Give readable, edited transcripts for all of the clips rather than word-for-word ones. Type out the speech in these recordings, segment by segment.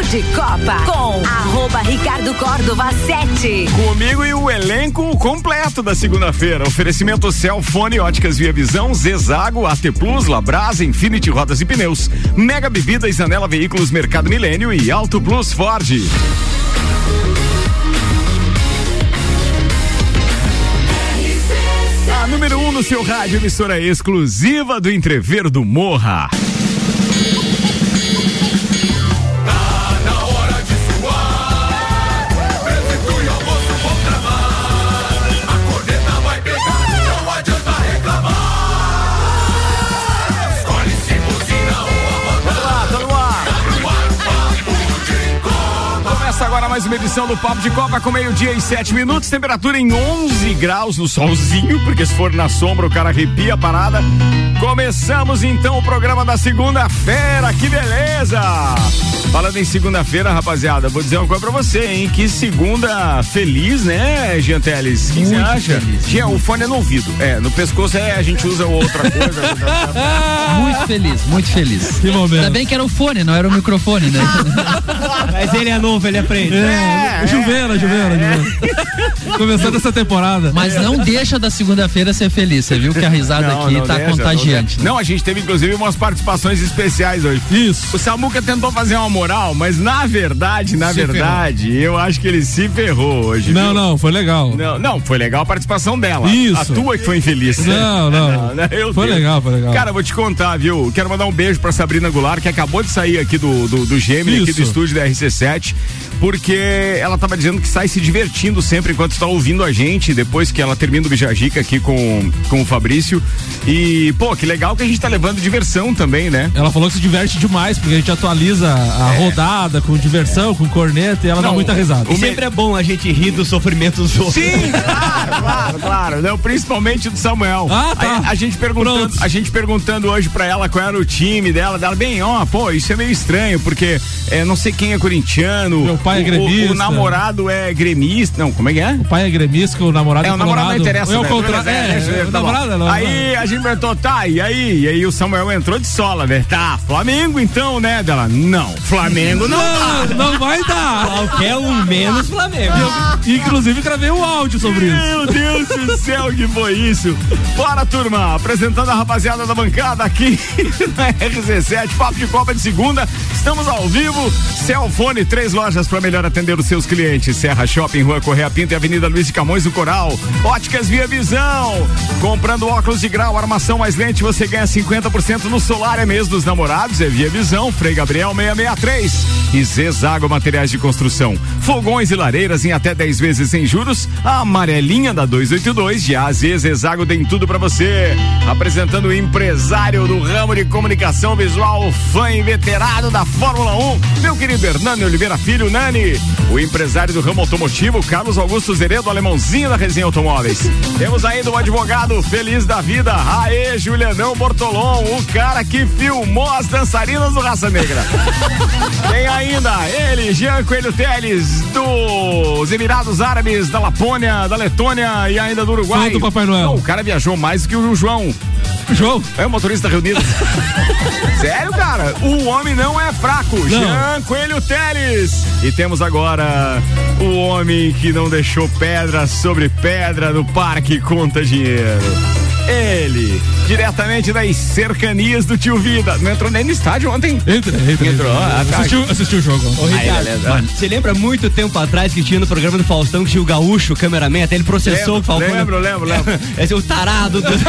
de Copa com @Ricardo Córdova 7. Comigo e o elenco completo da segunda-feira. Oferecimento Celfone, Óticas Via Visão, Zezago, AT Plus, Labrasa, Infinity Rodas e Pneus, Mega Bebidas, Anela Veículos, Mercado Milênio e Auto Plus Ford. A número 1 no seu rádio, emissora exclusiva do Entreveiro do Morra. Agora mais uma edição do Papo de Copa com 12:07, temperatura em 11 graus no solzinho, porque se for na sombra o cara arrepia a parada. Começamos então o programa da segunda-feira, que beleza! Falando em segunda-feira, rapaziada, vou dizer uma coisa pra você, hein? Que segunda feliz, né, Jean Teles? O que você acha? Jean, o fone é no ouvido. No pescoço a gente usa outra coisa. Muito feliz, muito feliz. Que momento. Ainda bem que era o fone, não era o microfone, né? Mas ele é novo, ele aprende. Juveira. Começando essa temporada. Mas não deixa da segunda-feira ser feliz. Você viu que a risada aqui tá contagiante. Não, a gente teve inclusive umas participações especiais hoje. Isso. O Samuca tentou fazer uma moral, mas na verdade, eu acho que ele se ferrou hoje. Não, foi legal. Não, foi legal a participação dela. Isso. A tua que foi infeliz. Não. Foi legal. Cara, vou te contar, viu? Quero mandar um beijo pra Sabrina Goulart, que acabou de sair aqui do Gemini, aqui do estúdio da RC7, porque ela tava dizendo que sai se divertindo sempre enquanto está ouvindo a gente, depois que ela termina o Bijajica aqui com o Fabrício. E, pô, que legal que a gente tá levando diversão também, né? Ela falou que se diverte demais, porque a gente atualiza a rodada com diversão, com corneta, e ela dá muita risada. Sempre é bom a gente rir do sofrimento dos outros. Sim, claro. Não, principalmente do Samuel. Tá. A gente perguntando hoje pra ela qual era o time dela bem, isso é meio estranho, porque não sei quem é corintiano. Meu pai é gremista. O namorado é gremista. Não, como é que é? O pai é gremista, o namorado é o namorado não interessa. É o contrário. O namorado não. Aí a gente perguntou, e aí o Samuel entrou de sola, né? Tá, Flamengo então, né? Dela, não, Flamengo não vai dar. Qualquer um menos Flamengo. Inclusive gravei um áudio sobre isso. Meu Deus do céu, que foi isso? Bora, turma, apresentando a rapaziada da bancada aqui na RC7, Papo de Copa de segunda, estamos ao vivo. Celfone, 3 lojas para melhor atender os seus clientes: Serra Shopping, Rua Correia Pinto e Avenida Luiz de Camões do Coral. Óticas Via Visão, comprando óculos de grau, armação mais lente, você ganha 50% no solar, é mês dos namorados, é Via Visão, Frei Gabriel 663. E Zezago Materiais de Construção, fogões e lareiras em até 10 vezes sem juros, a amarelinha da 282, de A a Z, Zezago tem tudo pra você. Apresentando o empresário do ramo de comunicação visual, fã inveterado da Fórmula 1, meu querido Hernani Oliveira Filho, Nani. O empresário do ramo automotivo, Carlos Augusto Zeredo, alemãozinho da Resenha Automóveis. Temos ainda um advogado feliz da vida, Aê, Julianão Bortolom, o cara que filmou as dançarinas do Raça Negra. Tem ainda ele, Jean Coelho Teles, dos Emirados Árabes, da Lapônia, da Letônia e ainda do Uruguai. Santo Papai Noel. Não, o cara viajou mais que o João. João? É o motorista reunido. Sério, cara? O homem não é fraco. Não. Jean Coelho Teles. E temos agora o homem que não deixou pedra sobre pedra no Parque Conta Dinheiro. Ele, diretamente das cercanias do Tio Vida. Não entrou nem no estádio ontem? Entrou. Assistiu o jogo. Ô, Ricardo, você lembra muito tempo atrás que tinha no programa do Faustão que tinha o Gaúcho, o cameraman, até ele processou o Falcão. Lembro. Esse é o tarado do...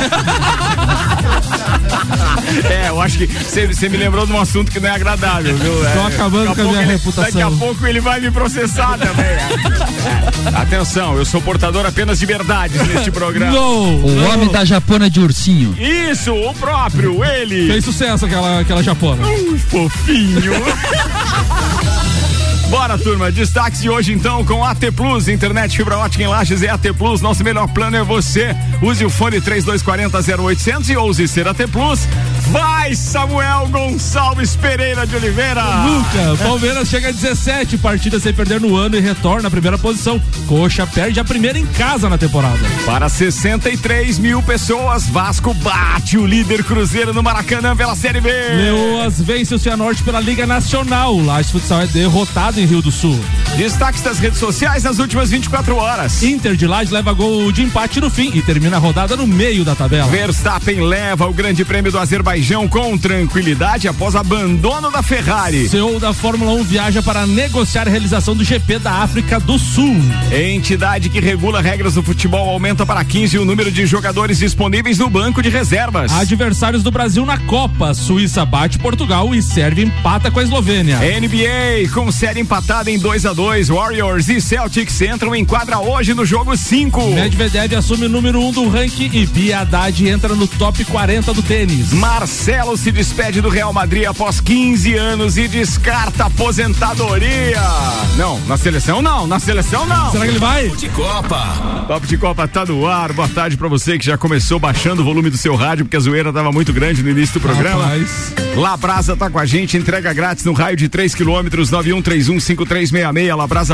Eu acho que você me lembrou de um assunto que não é agradável, viu? Tô acabando com a minha reputação. Daqui a pouco ele vai me processar também. Atenção, eu sou portador apenas de verdades neste programa. O homem da japona de ursinho. Isso, o próprio, ele. Fez sucesso aquela japona. Fofinho. Bora, turma, destaques de hoje então com AT Plus, internet fibra ótica em Lages é AT Plus, nosso melhor plano é você. Use o fone 3240-0800 e ouse ser AT Plus. Vai, Samuel Gonçalves Pereira de Oliveira. Nunca, Palmeiras chega a 17 partidas sem perder no ano e retorna à primeira posição. Coxa perde a primeira em casa na temporada. Para 63 mil pessoas, Vasco bate o líder Cruzeiro no Maracanã pela Série B. Leoas vence o Cianorte pela Liga Nacional. O Lages Futsal é derrotado em Rio do Sul. Destaques das redes sociais nas últimas 24 horas. Inter de Lages leva gol de empate no fim e termina a rodada no meio da tabela. Verstappen leva o Grande Prêmio do Azerbaijão com tranquilidade após abandono da Ferrari. CEO da Fórmula 1 viaja para negociar a realização do GP da África do Sul. Entidade que regula regras do futebol aumenta para 15 o número de jogadores disponíveis no banco de reservas. Adversários do Brasil na Copa. Suíça bate Portugal e Sérvia empata com a Eslovênia. NBA com série empatada em 2-2. Warriors e Celtics entram em quadra hoje no jogo 5. Medvedev assume o número 1 do ranking e Bia Haddad entra no top 40 do tênis. Marcelo se despede do Real Madrid após 15 anos e descarta aposentadoria. Não, na seleção não. Será que ele vai? Papo de Copa tá no ar. Boa tarde pra você que já começou baixando o volume do seu rádio porque a zoeira tava muito grande no início do programa. Rapaz. Labrasa tá com a gente, entrega grátis no raio de 3 quilômetros, 91315366,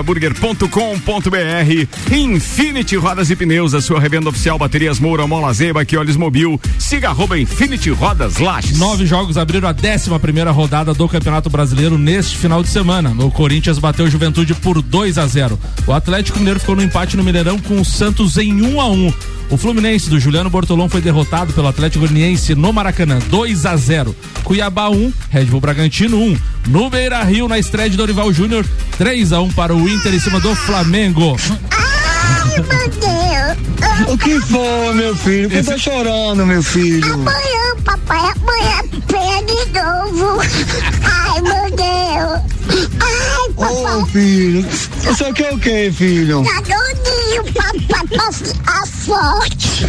labrasaburger.com.br. Infinity Rodas e Pneus, a sua revenda oficial, baterias Moura, Mola Zeiba, Quiolles Mobil. Siga @Infinity Rodas Lages. 9 jogos abriram a 11ª rodada do Campeonato Brasileiro neste final de semana. O Corinthians bateu o Juventude por 2-0. O Atlético Mineiro ficou no empate no Mineirão com o Santos em 1-1. O Fluminense do Juliano Bortolom foi derrotado pelo Atlético Goianiense no Maracanã, 2-0. Cuiabá 1, Red Bull Bragantino 1. No Beira-Rio, na estreia de Dorival Júnior, 3-1 para o Inter em cima do Flamengo. Ai, meu Deus. O que foi, meu filho? Por que tá chorando, meu filho? Amanhã, papai, amanhã pega de novo. Ai, meu Deus. Ai, papai. Ô, filho, você quer o quê, filho? Tá doidinho, papai, pra ficar forte.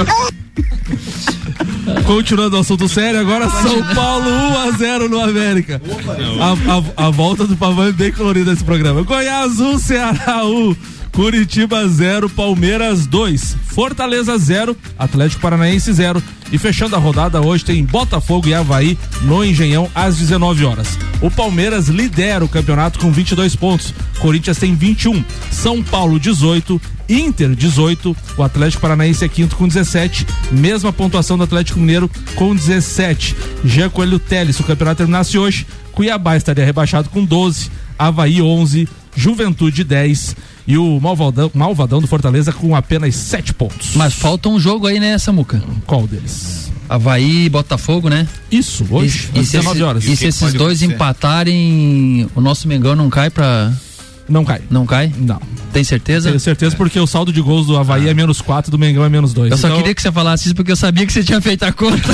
Continuando o assunto sério, agora São Paulo 1-0 no América. A volta do Pavão é bem colorida nesse programa. Goiás 1, Ceará 1. Curitiba 0, Palmeiras 2, Fortaleza 0, Atlético Paranaense 0. E fechando a rodada hoje tem Botafogo e Avaí no Engenhão às 19 horas. O Palmeiras lidera o campeonato com 22 pontos, Corinthians tem 21, São Paulo 18, Inter 18, o Atlético Paranaense é quinto com 17, mesma pontuação do Atlético Mineiro com 17. Jean Coelho Teles, se o campeonato terminasse hoje, Cuiabá estaria rebaixado com 12, Avaí 11, Juventude 10 e o Malvadão do Fortaleza com apenas 7 pontos. Mas falta um jogo aí, né, Samuca? Qual deles? Avaí e Botafogo, né? Isso, hoje, às 19 horas. E se esses dois empatarem, o nosso Mengão não cai pra... Não cai. Não cai? Não. Tem certeza? Tenho certeza porque o saldo de gols do Avaí é -4, do Mengão é -2. Eu só queria que você falasse isso porque eu sabia que você tinha feito a conta.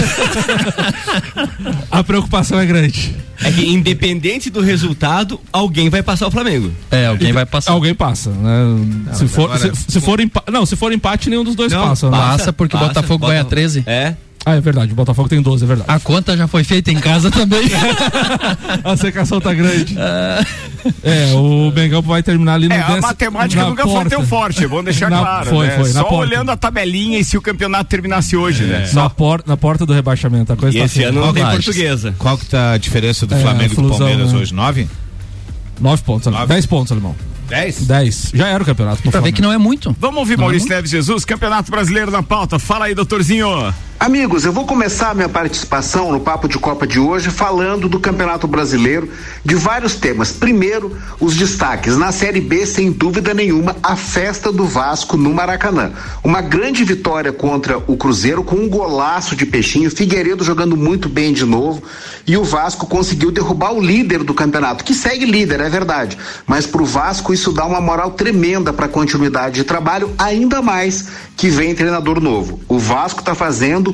A preocupação é grande. É que independente do resultado, alguém vai passar o Flamengo. Alguém vai passar. Alguém passa, né? Se for empate, nenhum dos dois passa. Né? Passa porque o Botafogo vai a 13. É. Ah, é verdade, o Botafogo tem 12, é verdade. A conta já foi feita em casa também. A secação tá grande. O Mengão vai terminar ali no a matemática nunca foi tão forte, vamos deixar claro. Foi, só olhando a tabelinha e se o campeonato terminasse hoje, né? Na porta do rebaixamento, a coisa e tá esse ano não tem portuguesa. Qual que tá a diferença do Flamengo e do Palmeiras hoje? 9? 9 pontos, 10 pontos, alemão. 10? Já era o campeonato. Pra ver que não é muito. Vamos ouvir Maurício Neves Jesus, Campeonato Brasileiro na pauta. Fala aí, doutorzinho. Amigos, eu vou começar minha participação no Papo de Copa de hoje falando do Campeonato Brasileiro, de vários temas. Primeiro, os destaques. Na Série B, sem dúvida nenhuma, a festa do Vasco no Maracanã. Uma grande vitória contra o Cruzeiro com um golaço de Peixinho, Figueiredo jogando muito bem de novo, e o Vasco conseguiu derrubar o líder do campeonato, que segue líder, é verdade, mas pro Vasco isso dá uma moral tremenda para a continuidade de trabalho, ainda mais que vem treinador novo. O Vasco tá fazendo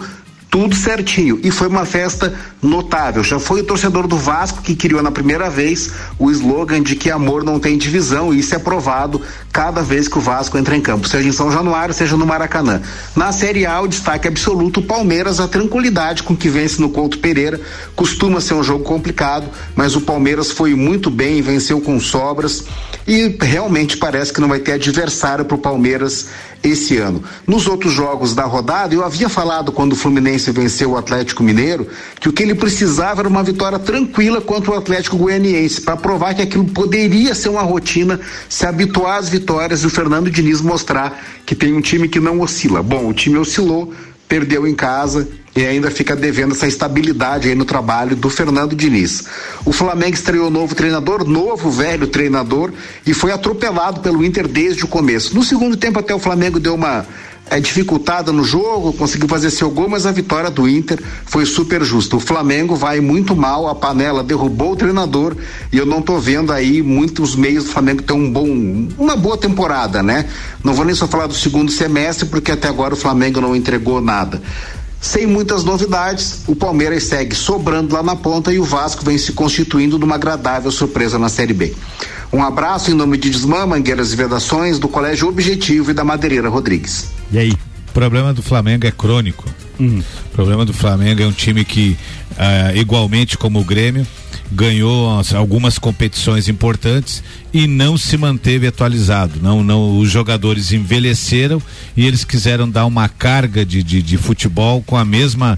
tudo certinho, e foi uma festa notável. Já foi o torcedor do Vasco que criou na primeira vez o slogan de que amor não tem divisão, e isso é provado cada vez que o Vasco entra em campo, seja em São Januário, seja no Maracanã. Na Série A, o destaque absoluto, o Palmeiras, a tranquilidade com que vence no Couto Pereira. Costuma ser um jogo complicado, mas o Palmeiras foi muito bem, venceu com sobras, e realmente parece que não vai ter adversário pro Palmeiras esse ano. Nos outros jogos da rodada, eu havia falado quando o Fluminense venceu o Atlético Mineiro, que o que ele precisava era uma vitória tranquila contra o Atlético Goianiense, para provar que aquilo poderia ser uma rotina, se habituar às vitórias e o Fernando Diniz mostrar que tem um time que não oscila. Bom, o time oscilou, perdeu em casa e ainda fica devendo essa estabilidade aí no trabalho do Fernando Diniz. O Flamengo estreou novo treinador, novo velho treinador, e foi atropelado pelo Inter desde o começo. No segundo tempo até o Flamengo deu uma dificultada no jogo, conseguiu fazer seu gol, mas a vitória do Inter foi super justa. O Flamengo vai muito mal, a panela derrubou o treinador, e eu não tô vendo aí muitos meios do Flamengo ter uma boa temporada, né? Não vou nem só falar do segundo semestre, porque até agora o Flamengo não entregou nada. Sem muitas novidades, o Palmeiras segue sobrando lá na ponta, e o Vasco vem se constituindo numa agradável surpresa na Série B. Um abraço em nome de Desmã, Mangueiras e Vedações, do Colégio Objetivo e da Madeireira Rodrigues. E aí? O problema do Flamengo é crônico. O problema do Flamengo é um time que, igualmente como o Grêmio, ganhou algumas competições importantes e não se manteve atualizado. Os jogadores envelheceram e eles quiseram dar uma carga de futebol com a mesma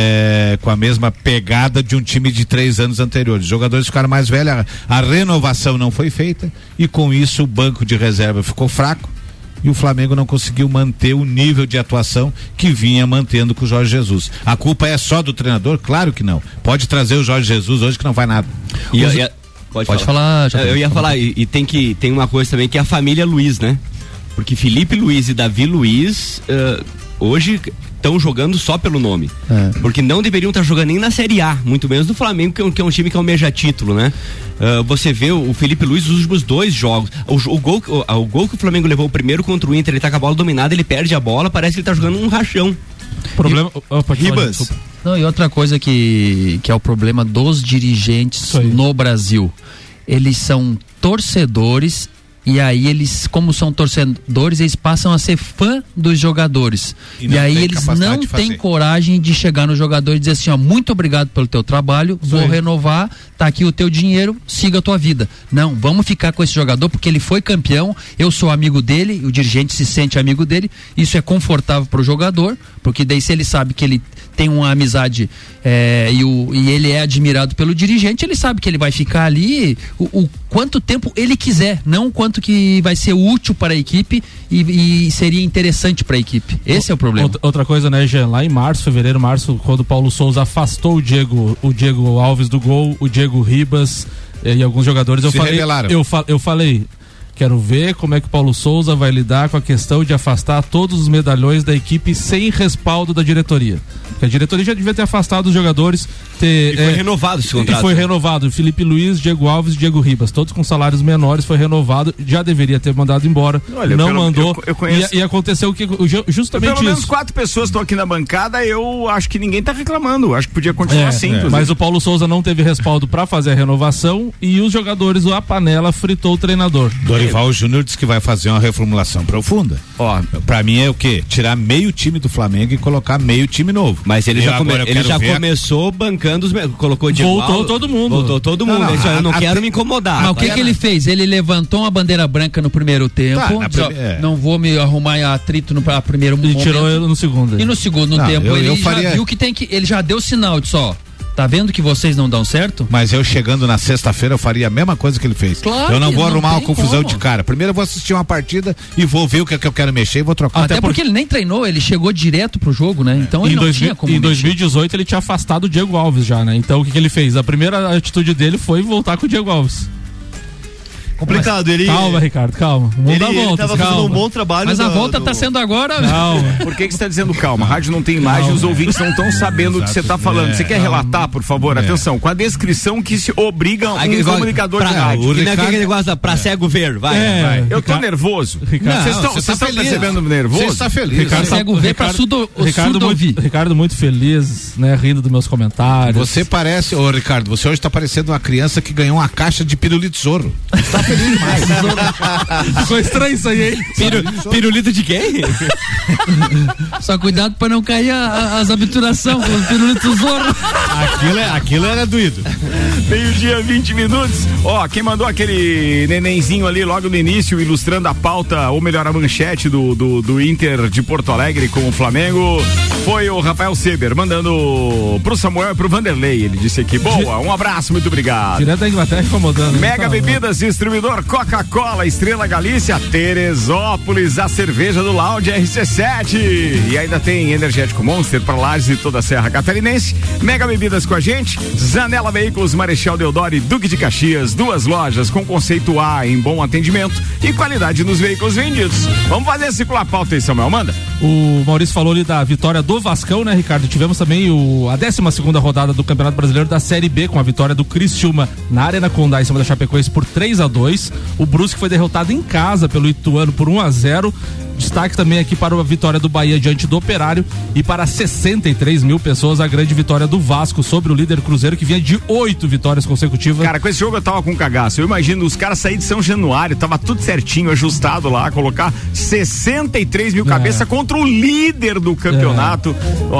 pegada de um time de 3 anos anteriores. Os jogadores ficaram mais velhos, a renovação não foi feita, e com isso o banco de reserva ficou fraco e o Flamengo não conseguiu manter o nível de atuação que vinha mantendo com o Jorge Jesus. A culpa é só do treinador? Claro que não. Pode trazer o Jorge Jesus hoje que não vai nada. Pode falar. Eu ia falar, e tem uma coisa também, que é a família Luiz, né? Porque Felipe Luiz e Davi Luiz hoje estão jogando só pelo nome, porque não deveriam estar jogando nem na Série A, muito menos no Flamengo, que é um time que almeja título, né? Você vê o Felipe Luiz nos últimos 2 jogos, o gol que o Flamengo levou, o primeiro contra o Inter, ele tá com a bola dominada, ele perde a bola, parece que ele tá jogando um rachão. Problema. Ribas. Não, e outra coisa que é o problema dos dirigentes no Brasil, eles são torcedores. E aí eles, como são torcedores, eles passam a ser fã dos jogadores. E aí eles não têm coragem de chegar no jogador e dizer assim, ó, muito obrigado pelo teu trabalho, vou renovar, tá aqui o teu dinheiro, siga a tua vida. Não, vamos ficar com esse jogador porque ele foi campeão, eu sou amigo dele, o dirigente se sente amigo dele, isso é confortável pro jogador, porque daí se ele sabe que ele tem uma amizade e ele é admirado pelo dirigente, ele sabe que ele vai ficar ali o quanto tempo ele quiser, não quanto que vai ser útil para a equipe e seria interessante para a equipe. Esse é o problema. Outra coisa, né, Jean? Lá em fevereiro, março, quando o Paulo Souza afastou o Diego Alves do gol, o Diego Ribas e alguns jogadores, eu falei, quero ver como é que o Paulo Souza vai lidar com a questão de afastar todos os medalhões da equipe sem respaldo da diretoria. Porque a diretoria já devia ter afastado os jogadores. E foi renovado esse contrato. E foi renovado. Felipe Luiz, Diego Alves e Diego Ribas, todos com salários menores, foi renovado. Já deveria ter mandado embora. Olha, não mandou. Eu conheço. E aconteceu que justamente pelo menos 4 pessoas estão aqui na bancada, eu acho que ninguém está reclamando. Acho que podia continuar assim. Mas o Paulo Souza não teve respaldo para fazer a renovação e os jogadores, a panela fritou o treinador. Dorival Júnior disse que vai fazer uma reformulação profunda. Pra mim é o quê? Tirar meio time do Flamengo e colocar meio time novo. Mas ele já começou bancando colocou Diego Voltou Alves, todo mundo. Voltou todo mundo. Eu não quero me incomodar. Mas o que ele fez? Ele levantou uma bandeira branca no primeiro tempo. Não vou me arrumar atrito no primeiro momento. E tirou ele no segundo. E no segundo tempo ele já viu que ele já deu sinal de tá vendo que vocês não dão certo? Mas eu chegando na sexta-feira eu faria a mesma coisa que ele fez. Claro, eu não vou arrumar uma confusão de cara. Primeiro eu vou assistir uma partida e vou ver o que eu quero mexer e vou trocar. Até porque ele nem treinou, ele chegou direto pro jogo, né? Então ele não tinha como Em 2018 ele tinha afastado o Diego Alves já, né? Então o que ele fez? A primeira atitude dele foi voltar com o Diego Alves. complicado. Ele... Calma, Ricardo, calma. Não dá volta. Ele tava fazendo um bom trabalho. Mas a volta tá sendo agora. Calma. Por que você tá dizendo calma? A rádio não tem imagem, os ouvintes não estão sabendo o que você tá falando. Você quer relatar, por favor? Atenção, com a descrição que se obriga um comunicador de rádio. Que não é aquele negócio pra cego ver, vai. Eu tô nervoso. Vocês estão percebendo nervoso? Você está feliz. Ricardo, cego ver pra surdo ouvir. Ricardo muito feliz, né? Rindo dos meus comentários. Você parece, Ricardo, você hoje tá parecendo uma criança que ganhou uma caixa de pirulito Zorro. Tá feliz demais. Ficou estranho isso aí, hein? Pirulito de quem? Só cuidado pra não cair as obturações com os pirulitos Zorro. Aquilo era doído. Meio-dia, 20 minutos. Quem mandou aquele nenenzinho ali logo no início, ilustrando a pauta, ou melhor, a manchete do Inter de Porto Alegre com o Flamengo, foi o Rafael Seber, mandando pro Samuel e pro Vanderlei. Ele disse aqui, boa, um abraço, muito obrigado. Direto da Inglaterra incomodando. Mega Bebidas, distribuidor Coca-Cola, Estrela Galícia, Teresópolis, a cerveja do Lounge RC7. E ainda tem Energético Monster para Lages e toda a Serra Catarinense. Mega Bebidas com a gente, Zanela Veículos, Marechal Deodoro e Duque de Caxias, 2 lojas com conceito A em bom atendimento e qualidade nos veículos vendidos. Vamos fazer circular a pauta aí, Samuel, manda. O Maurício falou ali da vitória do Vascão, né, Ricardo? Tivemos também a 12ª rodada do Campeonato Brasileiro da Série B, com a vitória do Criciúma na Arena Condá em cima da Chapecoense por 3-2. O Brusque foi derrotado em casa pelo Ituano por 1-0. Destaque também aqui para a vitória do Bahia diante do Operário e para 63 mil pessoas a grande vitória do Vasco sobre o líder Cruzeiro, que vinha de 8 vitórias consecutivas. Cara, com esse jogo eu tava com cagaço. Eu imagino os caras saírem de São Januário, tava tudo certinho, ajustado lá, colocar 63 mil cabeças contra o líder do campeonato.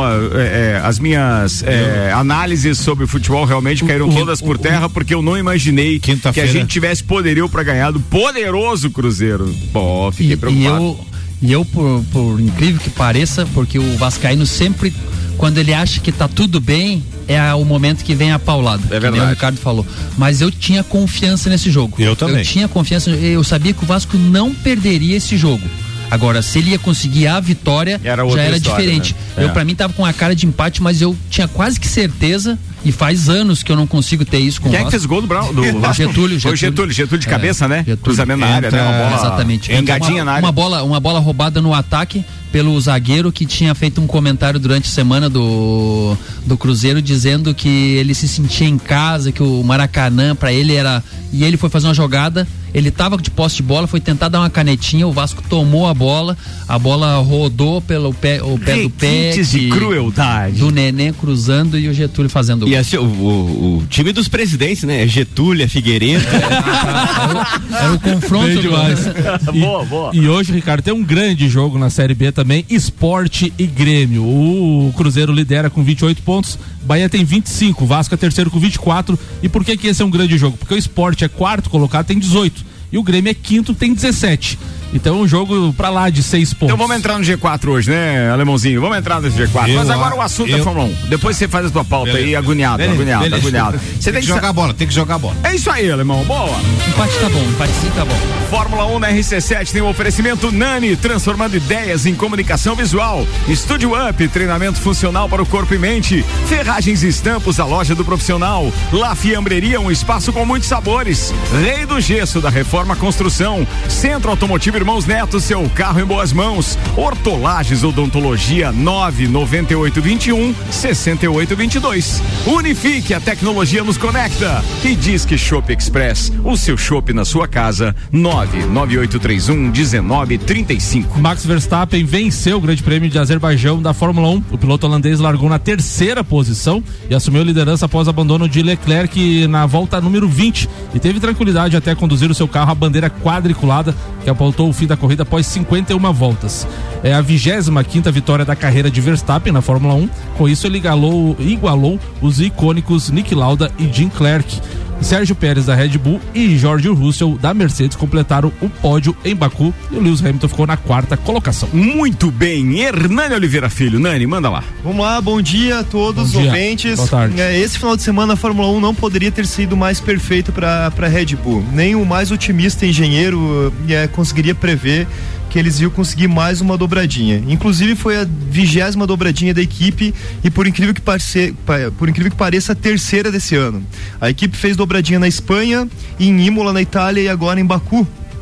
As minhas análises sobre o futebol realmente caíram todas por terra, porque eu não imaginei que a gente tivesse poderio pra ganhar do poderoso Cruzeiro. Pô, fiquei preocupado. E eu, por incrível que pareça, porque o vascaíno sempre, quando ele acha que tá tudo bem, é o momento que vem a paulada. É verdade. O Ricardo falou. Mas eu tinha confiança nesse jogo. Eu também. Eu tinha confiança, eu sabia que o Vasco não perderia esse jogo. Agora, se ele ia conseguir a vitória, já era diferente. Né? Eu, pra mim, tava com a cara de empate, mas eu tinha quase que certeza, e faz anos que eu não consigo ter isso com o Vasco. Quem é que fez o gol do Vasco? Getúlio. Foi Getúlio de cabeça, né? Cruzamento na área, né? Uma bola, exatamente. Engadinha na área. Uma bola roubada no ataque pelo zagueiro, que tinha feito um comentário durante a semana do Cruzeiro, dizendo que ele se sentia em casa, que o Maracanã pra ele era... E ele foi fazer uma jogada, ele tava de posse de bola, foi tentar dar uma canetinha, o Vasco tomou a bola rodou pelo pé, o pé do pé. De crueldade. Do Nenê cruzando e o Getúlio fazendo gol. E assim, o time dos presidentes, né? Getúlio, é Figueiredo. Era o confronto. Bem demais. Boa. E hoje, Ricardo, tem um grande jogo na Série B também, Sport e Grêmio. O Cruzeiro lidera com 28 pontos, Bahia tem 25, Vasco é terceiro com 24. E por que esse é um grande jogo? Porque o Sport é quarto colocado, tem 18. E o Grêmio é quinto, tem 17. Então é um jogo pra lá de 6 pontos. Então vamos entrar no G4 hoje, né, Alemãozinho? Vamos entrar nesse G4. Mas agora o assunto é Fórmula 1. Depois você faz a tua pauta aí, agoniado. Você tem que jogar bola, É isso aí, Alemão, boa. Empate tá bom, empate sim tá bom. Fórmula 1 na RC7 tem um oferecimento Nani, transformando ideias em comunicação visual. Estúdio Up, treinamento funcional para o corpo e mente. Ferragens e Estampos, a loja do profissional. La Fiambreria, um espaço com muitos sabores. Rei do Gesso, da Reforma Construção. Centro Automotivo Irmãos Neto, seu carro em boas mãos. Hortolagens Odontologia, 99821-6822. Unifique, a tecnologia nos conecta. E Disque Shop Express, o seu shopping na sua casa, 99831-1935. Max Verstappen venceu o Grande Prêmio de Azerbaijão da Fórmula 1. O piloto holandês largou na terceira posição e assumiu a liderança após abandono de Leclerc na volta número 20 e teve tranquilidade até conduzir o seu carro à bandeira quadriculada, que apontou o fim da corrida após 51 voltas. É a 25ª vitória da carreira de Verstappen na Fórmula 1. Com isso, ele igualou os icônicos Nick Lauda e Jim Clark. Sérgio Pérez da Red Bull e George Russell da Mercedes completaram o pódio em Baku e o Lewis Hamilton ficou na 4ª colocação. Muito bem, Hernani Oliveira Filho. Nani, manda lá. Vamos lá, bom dia a todos os ouvintes. Boa tarde. Esse final de semana a Fórmula 1 não poderia ter sido mais perfeito para Red Bull. Nem o mais otimista engenheiro conseguiria prever que eles iam conseguir mais uma dobradinha. Inclusive foi a 20ª dobradinha da equipe e por incrível que pareça a terceira desse ano. A equipe fez dobradinha na Espanha, em Imola na Itália e agora em Baku.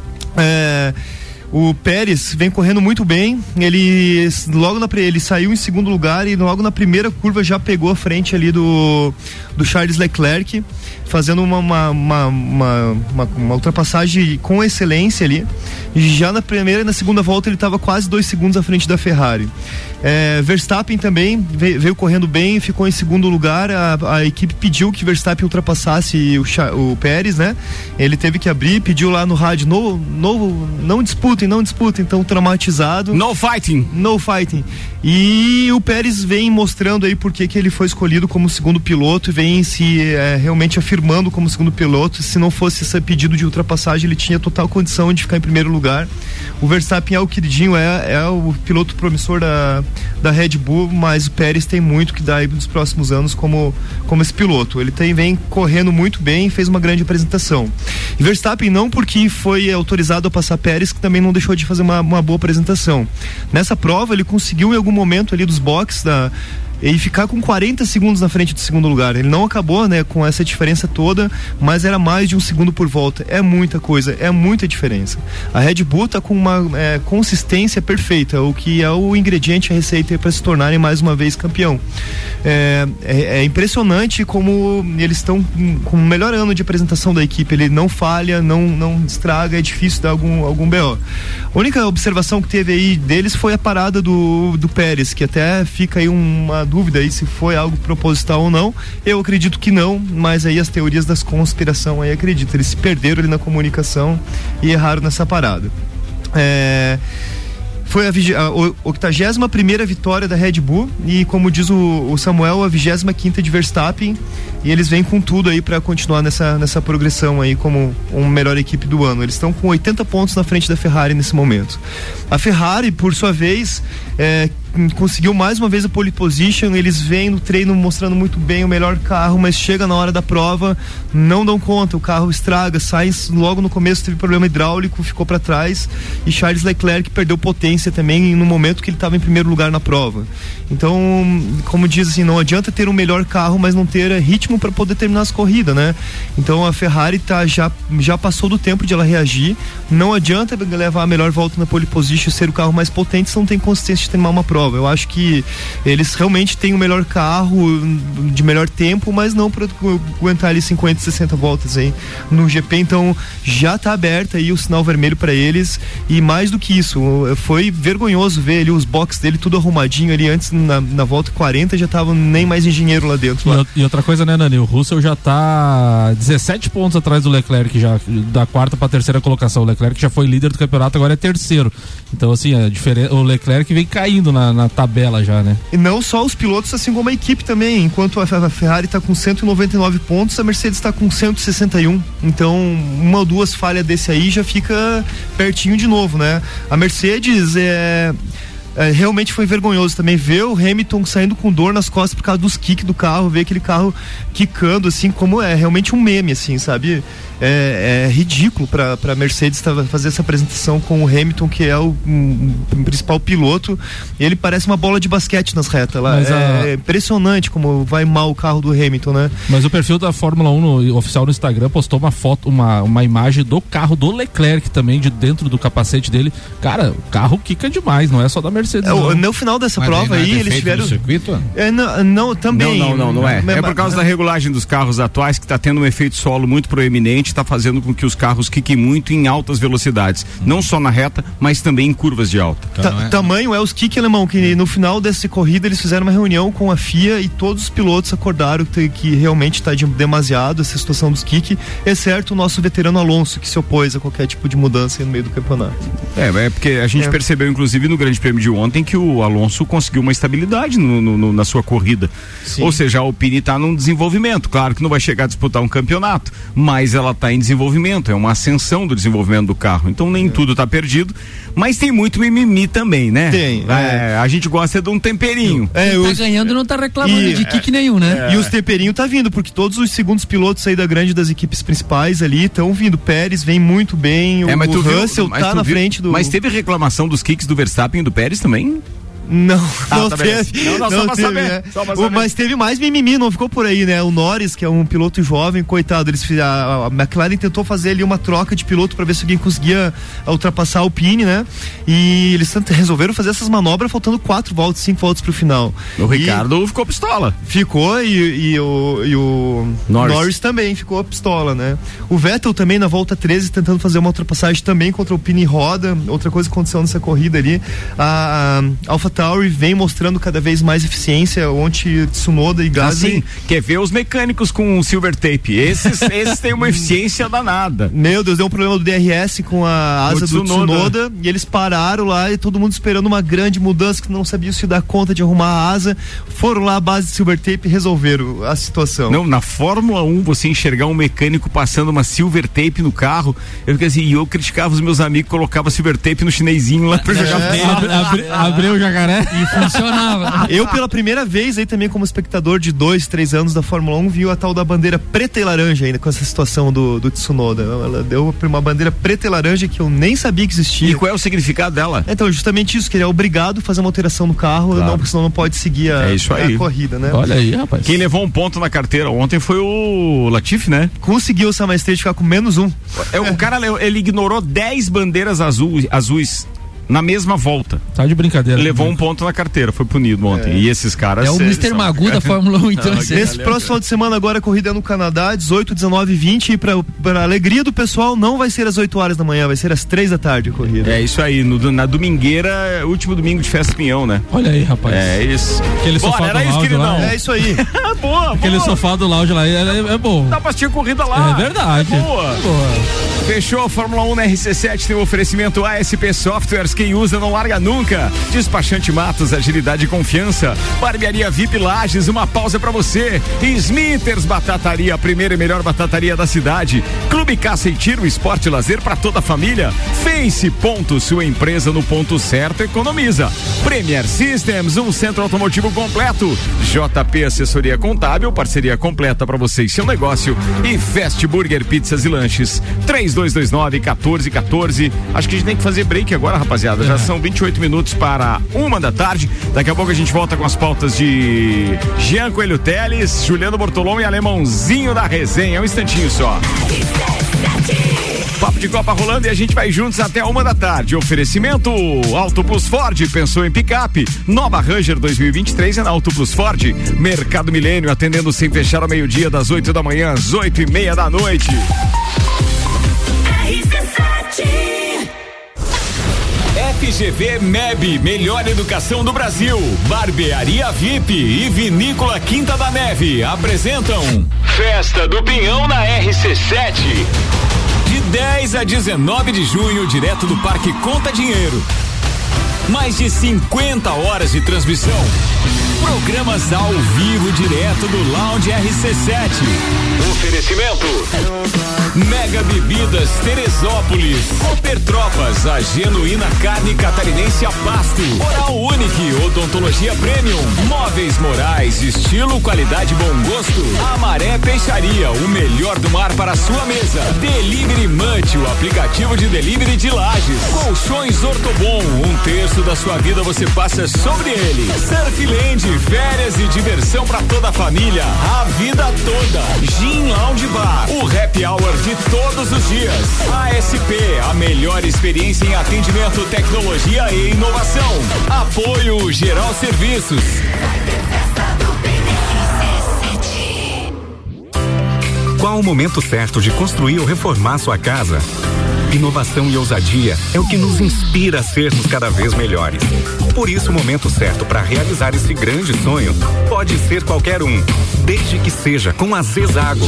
O Pérez vem correndo muito bem, ele saiu em segundo lugar e logo na primeira curva já pegou a frente ali do Charles Leclerc, fazendo uma ultrapassagem com excelência ali. Já na primeira e na segunda volta ele estava quase 2 segundos à frente da Ferrari. Verstappen também veio correndo bem, ficou em segundo lugar. A equipe pediu que Verstappen ultrapassasse o Pérez, né? Ele teve que abrir, pediu lá no rádio, não disputem, então traumatizado. No fighting. E o Pérez vem mostrando aí por que ele foi escolhido como segundo piloto e vem se realmente afirmando como segundo piloto. Se não fosse esse pedido de ultrapassagem, ele tinha total condição de ficar em primeiro lugar. O Verstappen é o queridinho, é o piloto promissor da Red Bull, mas o Pérez tem muito que dar aí nos próximos anos como esse piloto. Ele vem correndo muito bem e fez uma grande apresentação. E Verstappen não porque foi autorizado a passar Pérez, que também não deixou de fazer uma boa apresentação. Nessa prova ele conseguiu em algum momento ali dos boxes e ficar com 40 segundos na frente do segundo lugar. Ele não acabou, né, com essa diferença toda, mas era mais de 1 segundo por volta. É muita coisa, é muita diferença. A Red Bull tá com uma consistência perfeita, o que é o ingrediente, a receita para se tornarem mais uma vez campeão. É impressionante como eles estão com o melhor ano de apresentação da equipe. Ele não falha, não estraga, é difícil dar algum BO. A única observação que teve aí deles foi a parada do Pérez, que até fica aí uma dúvida aí se foi algo proposital ou não. Eu acredito que não, mas aí as teorias das conspiração aí acredito. Eles se perderam ali na comunicação e erraram nessa parada. Foi a 81ª vitória da Red Bull e, como diz o Samuel, a 25ª de Verstappen, e eles vêm com tudo aí para continuar nessa progressão aí como uma melhor equipe do ano. Eles estão com 80 pontos na frente da Ferrari nesse momento. A Ferrari, por sua vez, conseguiu mais uma vez a pole position. Eles vêm no treino mostrando muito bem o melhor carro, mas chega na hora da prova, não dão conta, o carro estraga. Sainz logo no começo teve problema hidráulico, ficou para trás, e Charles Leclerc perdeu potência também no momento que ele estava em primeiro lugar na prova. Então, como diz assim, não adianta ter um melhor carro, mas não ter ritmo para poder terminar as corridas, né? Então a Ferrari já passou do tempo de ela reagir. Não adianta levar a melhor volta na pole position, ser o carro mais potente, se não tem consistência de terminar uma prova. Eu acho que eles realmente têm o melhor carro de melhor tempo, mas não para aguentar ali 50, 60 voltas aí no GP. Então já tá aberto aí o sinal vermelho para eles, e mais do que isso, foi vergonhoso ver ali os boxes dele tudo arrumadinho ali. Antes na volta 40 já tava nem mais engenheiro lá dentro. E outra coisa, né, Nani, o Russell já tá 17 pontos atrás do Leclerc, já da 4ª para 3ª colocação. O Leclerc já foi líder do campeonato, agora é 3º. Então assim, o Leclerc vem caindo na tabela já, né? E não só os pilotos, assim como a equipe também. Enquanto a Ferrari tá com 199 pontos, a Mercedes tá com 161. Então, uma ou duas falhas desse aí já fica pertinho de novo, né? A Mercedes realmente foi vergonhoso também ver o Hamilton saindo com dor nas costas por causa dos kicks do carro, ver aquele carro quicando, assim, como é realmente um meme, assim, sabe? É ridículo pra Mercedes fazer essa apresentação com o Hamilton, que é o principal piloto. Ele parece uma bola de basquete nas retas lá. É impressionante como vai mal o carro do Hamilton, né? Mas o perfil da Fórmula 1 oficial no Instagram postou uma foto, uma imagem do carro do Leclerc também, de dentro do capacete dele. Cara, o carro quica demais, não é só da Mercedes. No final dessa prova aí, eles tiveram. No circuito? Não, também. Não é. É por causa da regulagem dos carros atuais que tá tendo um efeito solo muito proeminente, está fazendo com que os carros quiquem muito em altas velocidades, não só na reta, mas também em curvas de alta. Tamanho é os kick, alemão, que no final dessa corrida eles fizeram uma reunião com a FIA e todos os pilotos acordaram que realmente está demasiado essa situação dos kick, exceto o nosso veterano Alonso, que se opôs a qualquer tipo de mudança no meio do campeonato. É porque a gente percebeu, inclusive, no Grande Prêmio de ontem, que o Alonso conseguiu uma estabilidade na sua corrida. Sim. Ou seja, a Alpine está num desenvolvimento. Claro que não vai chegar a disputar um campeonato, mas ela está em desenvolvimento, é uma ascensão do desenvolvimento do carro. Então nem tudo está perdido, mas tem muito mimimi também, né? Tem. A gente gosta de um temperinho. Tá ganhando, não tá reclamando de kick nenhum, né? E os temperinhos tá vindo, porque todos os segundos pilotos aí da grande das equipes principais ali estão vindo. Pérez vem muito bem, o Russell tá na frente do... Mas teve reclamação dos kicks do Verstappen e do Pérez também? Não tá teve. Não, só pra saber. Mas teve mais mimimi, não ficou por aí, né? O Norris, que é um piloto jovem, coitado, a McLaren tentou fazer ali uma troca de piloto pra ver se alguém conseguia ultrapassar a Alpine, né? E eles resolveram fazer essas manobras faltando 5 voltas pro final. O Ricardo ficou pistola. Ficou e o Norris também ficou pistola, né? O Vettel também na volta 13 tentando fazer uma ultrapassagem também contra o Alpine e roda. Outra coisa que aconteceu nessa corrida ali, a AlphaTauri vem mostrando cada vez mais eficiência, ontem Tsunoda e Gasly. Assim, quer ver os mecânicos com silver tape, esses têm uma eficiência danada. Meu Deus, deu um problema do DRS com a asa do Tsunoda e eles pararam lá e todo mundo esperando uma grande mudança que não sabia se dar conta de arrumar a asa, foram lá à base de silver tape e resolveram a situação. Não, na Fórmula 1 você enxergar um mecânico passando uma silver tape no carro, eu fiquei assim, eu criticava os meus amigos, colocava silver tape no chinesinho lá pra jogar abriu o jacaré e funcionava. Eu pela primeira vez aí também como espectador de 2-3 anos da Fórmula 1 vi a tal da bandeira preta e laranja ainda com essa situação do Tsunoda. Ela deu uma bandeira preta e laranja que eu nem sabia que existia. E qual é o significado dela? Então, justamente isso, que ele é obrigado a fazer uma alteração no carro, claro. Porque senão não pode seguir a corrida, né? Olha aí, rapaz. Quem levou um ponto na carteira ontem foi o Latifi, né? Conseguiu essa maestria de ficar com -1. O cara, ele ignorou 10 bandeiras azuis na mesma volta. Tá de brincadeira. Levou um ponto na carteira, foi punido ontem. E esses caras... É o Mr. Magoo da Fórmula 1, então. Nesse próximo final de semana agora a corrida é no Canadá, 18, 19 e 20, e pra alegria do pessoal não vai ser às 8 horas da manhã, vai ser às 3 da tarde a corrida. É isso aí, na domingueira, último domingo de Festa Pinhão, né? Olha aí, rapaz. É isso. Aquele sofá do lounge lá. É isso aí. Boa. Aquele sofá do lounge lá é bom. Dá pra assistir a corrida lá. É verdade. Boa. Fechou a Fórmula 1 na RC7, tem um oferecimento ASP Softwares, quem usa não larga nunca. Despachante Matos, agilidade e confiança. Barbearia VIP Lages, uma pausa pra você. Smithers Batataria, a primeira e melhor batataria da cidade. Clube Caça e Tiro, esporte e lazer pra toda a família. Face Ponto, sua empresa no ponto certo economiza. Premier Systems, um centro automotivo completo. JP Assessoria Contábil, parceria completa pra você e seu negócio. E Fast Burger Pizzas e Lanches. 3229-1414. Acho que a gente tem que fazer break agora, rapaziada. Já são 28 minutos para 1 da tarde. Daqui a pouco a gente volta com as pautas de Jean Coelho Teles, Juliano Bortolom e Alemãozinho da resenha. Um instantinho só. Papo de Copa rolando e a gente vai juntos até 1 da tarde. Oferecimento Auto Plus Ford, pensou em picape? Nova Ranger 2023 é na Auto Plus Ford. Mercado Milênio, atendendo sem fechar ao meio-dia, das 8 da manhã às 8:30 da noite. FGV MEB, melhor educação do Brasil. Barbearia VIP e Vinícola Quinta da Neve apresentam Festa do Pinhão na RC7. De 10 a 19 de junho, direto do Parque Conta Dinheiro. Mais de 50 horas de transmissão. Programas ao vivo direto do Lounge RC7. Oferecimento Mega Bebidas Teresópolis, Cooper Tropas, a genuína carne catarinense a pasto. Oral Unique, odontologia premium. Móveis Morais, estilo, qualidade, bom gosto. Amaré Peixaria, o melhor do mar para a sua mesa. Delivery Munch, o aplicativo de delivery de Lages. Colchões Ortobon, 1/3 da sua vida você passa sobre ele. Surfland, férias e diversão para toda a família, a vida toda. Gin Lounge Bar, o happy hour de todos os dias. ASP, a melhor experiência em atendimento, tecnologia e inovação. Apoio Geral Serviços. Qual o momento certo de construir ou reformar sua casa? Inovação e ousadia é o que nos inspira a sermos cada vez melhores. Por isso, o momento certo para realizar esse grande sonho pode ser qualquer um, desde que seja com a Zezago.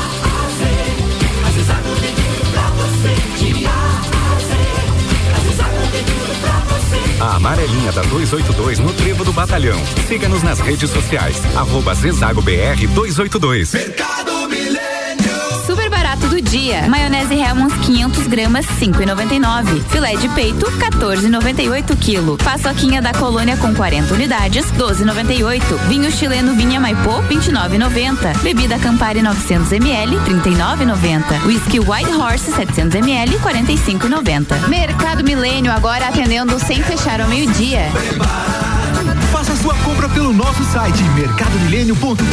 A amarelinha da 282 no Trevo do Batalhão. Siga-nos nas redes sociais, @ZezagoBR282. Super barato do dia. Maionese Hellmann's 500 gramas, 5,99. Filé de peito, 14,98 quilo. Paçoquinha da Colônia com 40 unidades, 12,98. Vinho chileno Vinha Maipô, 29,90. Bebida Campari 900 ml, 39,90. Whisky White Horse 700 ml, 45,90. Mercado Milênio agora atendendo sem fechar ao meio-dia. Faça sua compra pelo nosso site mercadomilênio.com.br.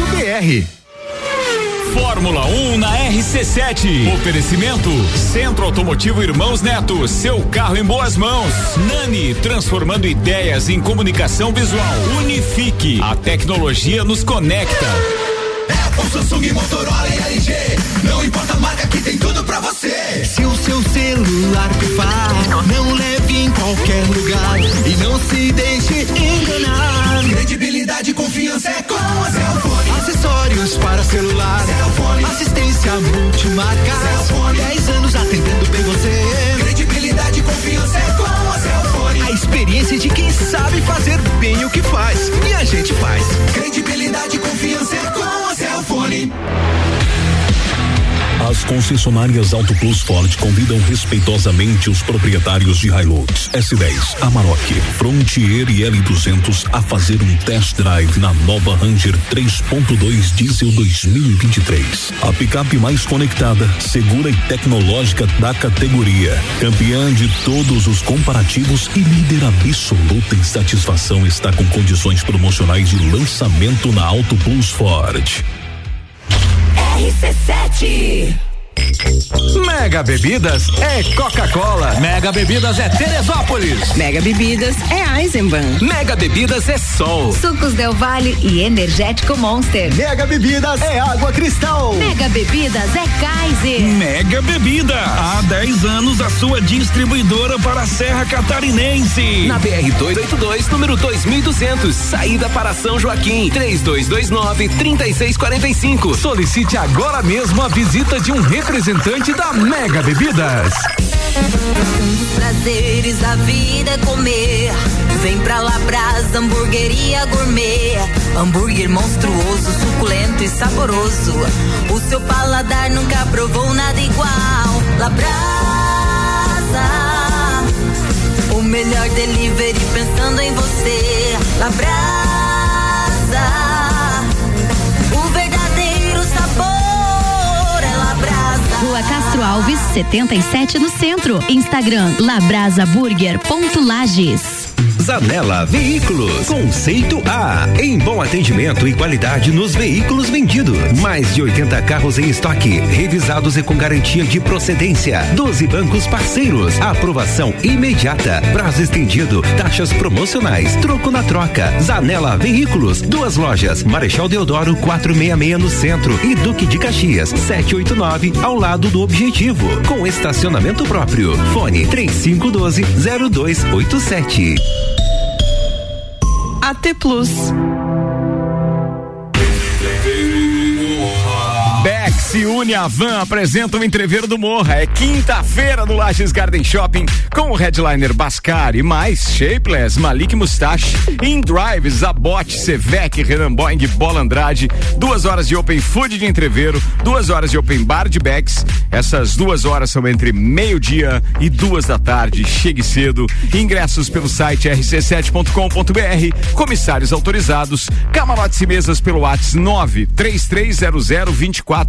Fórmula 1 na RC7. Oferecimento Centro Automotivo Irmãos Neto, seu carro em boas mãos. Nani, transformando ideias em comunicação visual. Unifique, a tecnologia nos conecta. Apple, Samsung, Motorola e LG, não importa a marca que tem tudo pra você. Se o seu celular pifar, não leve em qualquer lugar e não se deixe enganar. Credibilidade e confiança é com a Cellfone. Acessórios para celular, Cellfone. Assistência multimarca, Cellfone. 10 anos atendendo bem você. Credibilidade e confiança é com a Cellfone. A experiência de quem sabe fazer bem o que faz, e a gente faz. Credibilidade e confiança é com a Cellfone. As concessionárias Auto Plus Ford convidam respeitosamente os proprietários de Hilux, S10, Amarok, Frontier e L200 a fazer um test drive na nova Ranger 3.2 Diesel 2023. A picape mais conectada, segura e tecnológica da categoria. Campeã de todos os comparativos e líder absoluta em satisfação, está com condições promocionais de lançamento na Auto Plus Ford. RC7. Mega Bebidas é Coca-Cola. Mega Bebidas é Teresópolis. Mega Bebidas é Eisenbahn. Mega Bebidas é Sol. Sucos Del Valle e Energético Monster. Mega Bebidas é Água Cristal. Mega Bebidas é Kaiser. Mega Bebida, há 10 anos a sua distribuidora para a Serra Catarinense. Na BR-282, número 2200, saída para São Joaquim, 3229-3645. Solicite agora mesmo a visita de um representante da Mega Bebidas. Um dos prazeres da vida é comer. Vem pra Labrasa, hamburgueria gourmet. Hambúrguer monstruoso, suculento e saboroso. O seu paladar nunca provou nada igual. Labrasa, o melhor delivery pensando em você. Labrasa, o verdadeiro sabor é Labrasa. Rua Castro Alves, 77 no centro. Instagram labrasaburger.lages. Zanela Veículos, conceito A, em bom atendimento e qualidade nos veículos vendidos. Mais de 80 carros em estoque, revisados e com garantia de procedência. 12 bancos parceiros, aprovação imediata, prazo estendido, taxas promocionais, troco na troca. Zanela Veículos, 2 lojas, Marechal Deodoro 466 no centro e Duque de Caxias 789 ao lado do Objetivo, com estacionamento próprio. Fone 3512-0287. AT Plus. Beck se une à Van, apresenta o Entreveiro do Morra. É quinta-feira no Lages Garden Shopping com o headliner Bascar e mais Shapeless, Malik Mustache, In Drive, Zabot, Sevec, Renan Boing, Bola Andrade. 2 horas de Open Food de Entreveiro, 2 horas de Open Bar de Becks. Essas 2 horas são entre meio-dia e 2 da tarde. Chegue cedo. Ingressos pelo site rc7.com.br. Comissários autorizados. Camarotes e mesas pelo WhatsApp 933002463.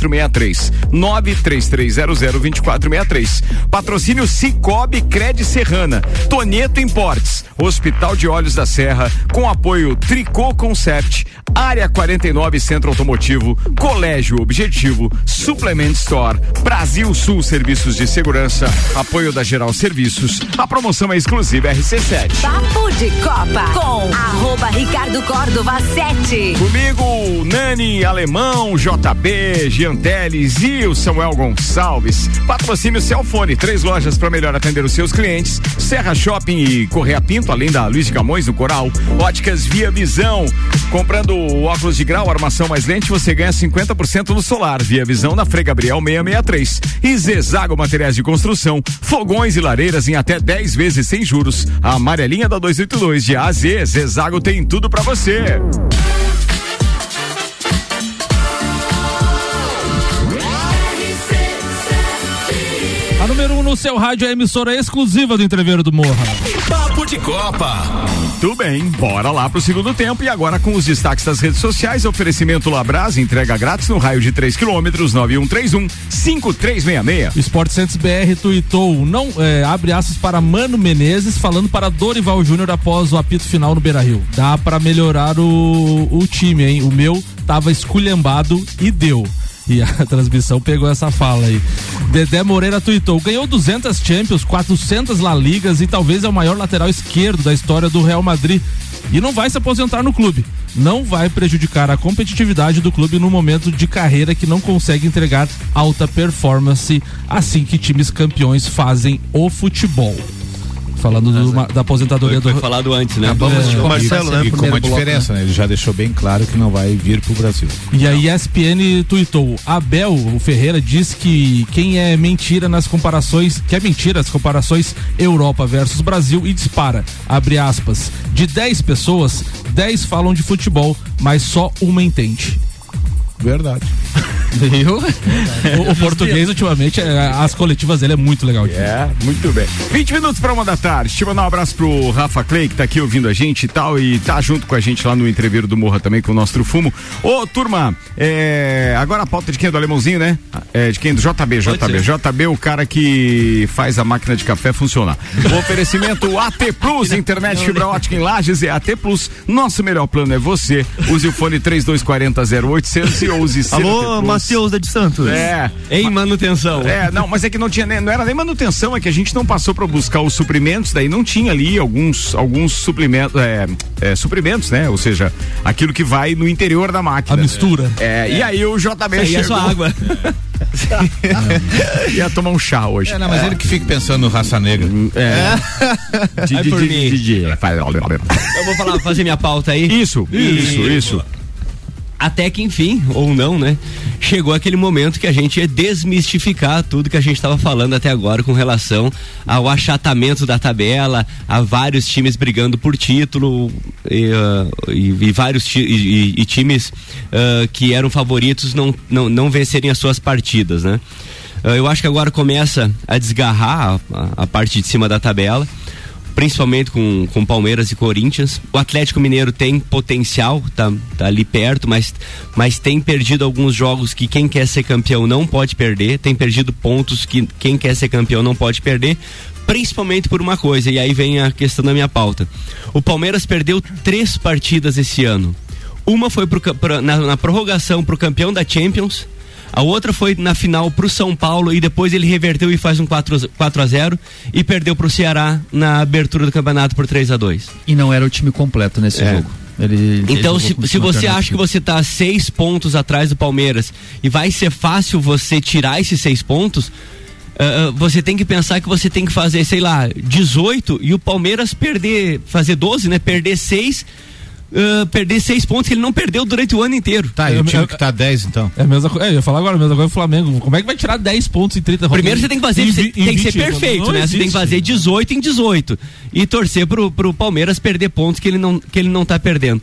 933002463. Patrocínio Cicobi Cred Serrana, Tonieto Importes, Hospital de Olhos da Serra, com apoio Tricô Concept, Área 49 Centro Automotivo, Colégio Objetivo, Suplement Store, Brasil Sul Serviços de Segurança, apoio da Geral Serviços. A promoção é exclusiva RC7. Papo de Copa com @Ricardo Córdova 7. Comigo, Nani, Alemão, JB, Jean Teles e o Samuel Gonçalves. Patrocínio Cellfone, 3 lojas para melhor atender os seus clientes: Serra Shopping e Correia Pinto, além da Luiz de Camões no Coral. Óticas Via Visão. Comprando o óculos de grau, armação mais lente, você ganha 50% no solar. Via Visão na Frei Gabriel 663. E Zezago Materiais de Construção, fogões e lareiras em até 10 vezes sem juros. A amarelinha da 282 de A a Z. Zezago tem tudo para você. A número 1 no seu rádio é a emissora exclusiva do Entreveiro do Morra. Papo de Copa. Tudo bem, bora lá pro segundo tempo e agora com os destaques das redes sociais, oferecimento Labras, entrega grátis no raio de 3 quilômetros, 9131-5366. Sport Center BR tuitou, abre aspas para Mano Menezes, falando para Dorival Júnior após o apito final no Beira-Rio. Dá para melhorar o time, hein? O meu tava esculhambado e deu. E a transmissão pegou essa fala aí. Dedé Moreira tuitou, ganhou 200 Champions, 400 La Ligas e talvez é o maior lateral esquerdo da história do Real Madrid. E não vai se aposentar no clube. Não vai prejudicar a competitividade do clube no momento de carreira que não consegue entregar alta performance, assim que times campeões fazem o futebol. Falando da aposentadoria foi falado antes, né? Marcelo, né? E com uma diferença, né? Ele já deixou bem claro que não vai vir pro Brasil. E a ESPN tuitou, Abel, o Ferreira, diz que é mentira as comparações Europa versus Brasil e dispara, abre aspas, de 10 pessoas, 10 falam de futebol, mas só uma entende. Verdade. Viu? O português, ultimamente, as coletivas dele é muito legal. Muito bem. 20 minutos para 1 da tarde. Deixa eu mandar um abraço pro Rafa Clay, que tá aqui ouvindo a gente e tal, e tá junto com a gente lá no Entreveiro do Morra também, com o nosso Trufumo. Ô, turma, agora a pauta de quem? Do Alemãozinho, né? De quem? Do JB, o cara que faz a máquina de café funcionar. O oferecimento AT Plus, internet fibra ótica em Lages, é AT Plus. Nosso melhor plano é você. Use o fone 3240-0800 e use Alô, Matheus da de Santos. Em manutenção. Não, mas é que não tinha, não era nem manutenção, é que a gente não passou para buscar os suprimentos, daí não tinha ali alguns suprimentos, suprimentos, né? Ou seja, aquilo que vai no interior da máquina. A mistura. E aí o JB chegou. Só água. Ia tomar um chá hoje. Mas ele que fica pensando no Raça Negra. Vai por mim. Eu vou fazer minha pauta aí. Isso. Até que enfim, ou não, né? Chegou aquele momento que a gente ia desmistificar tudo que a gente estava falando até agora com relação ao achatamento da tabela, a vários times brigando por título e vários times que eram favoritos não vencerem as suas partidas, né? Eu acho que agora começa a desgarrar a parte de cima da tabela, principalmente com Palmeiras e Corinthians. O Atlético Mineiro tem potencial, tá ali perto, mas tem perdido alguns jogos que quem quer ser campeão não pode perder, tem perdido pontos que quem quer ser campeão não pode perder, principalmente por uma coisa, e aí vem a questão da minha pauta. O Palmeiras perdeu 3 partidas esse ano. Uma foi na prorrogação pro campeão da Champions, a outra foi na final pro São Paulo e depois ele reverteu e faz um 4-0 e perdeu pro Ceará na abertura do campeonato por 3-2. E não era o time completo nesse jogo. Então, se você acha que você tá 6 pontos atrás do Palmeiras e vai ser fácil você tirar esses 6 pontos, você tem que pensar que você tem que fazer, 18 e o Palmeiras fazer 12, né? Perder 6 pontos que ele não perdeu durante o ano inteiro. Tá, e o time que tá 10 então? Eu ia falar agora, a mesma coisa do Flamengo. Como é que vai tirar 10 pontos em 30 rodadas? Primeiro você tem que fazer, tem que ser perfeito, né? Você tem que fazer 18 em 18 e torcer pro Palmeiras perder pontos que ele não tá perdendo.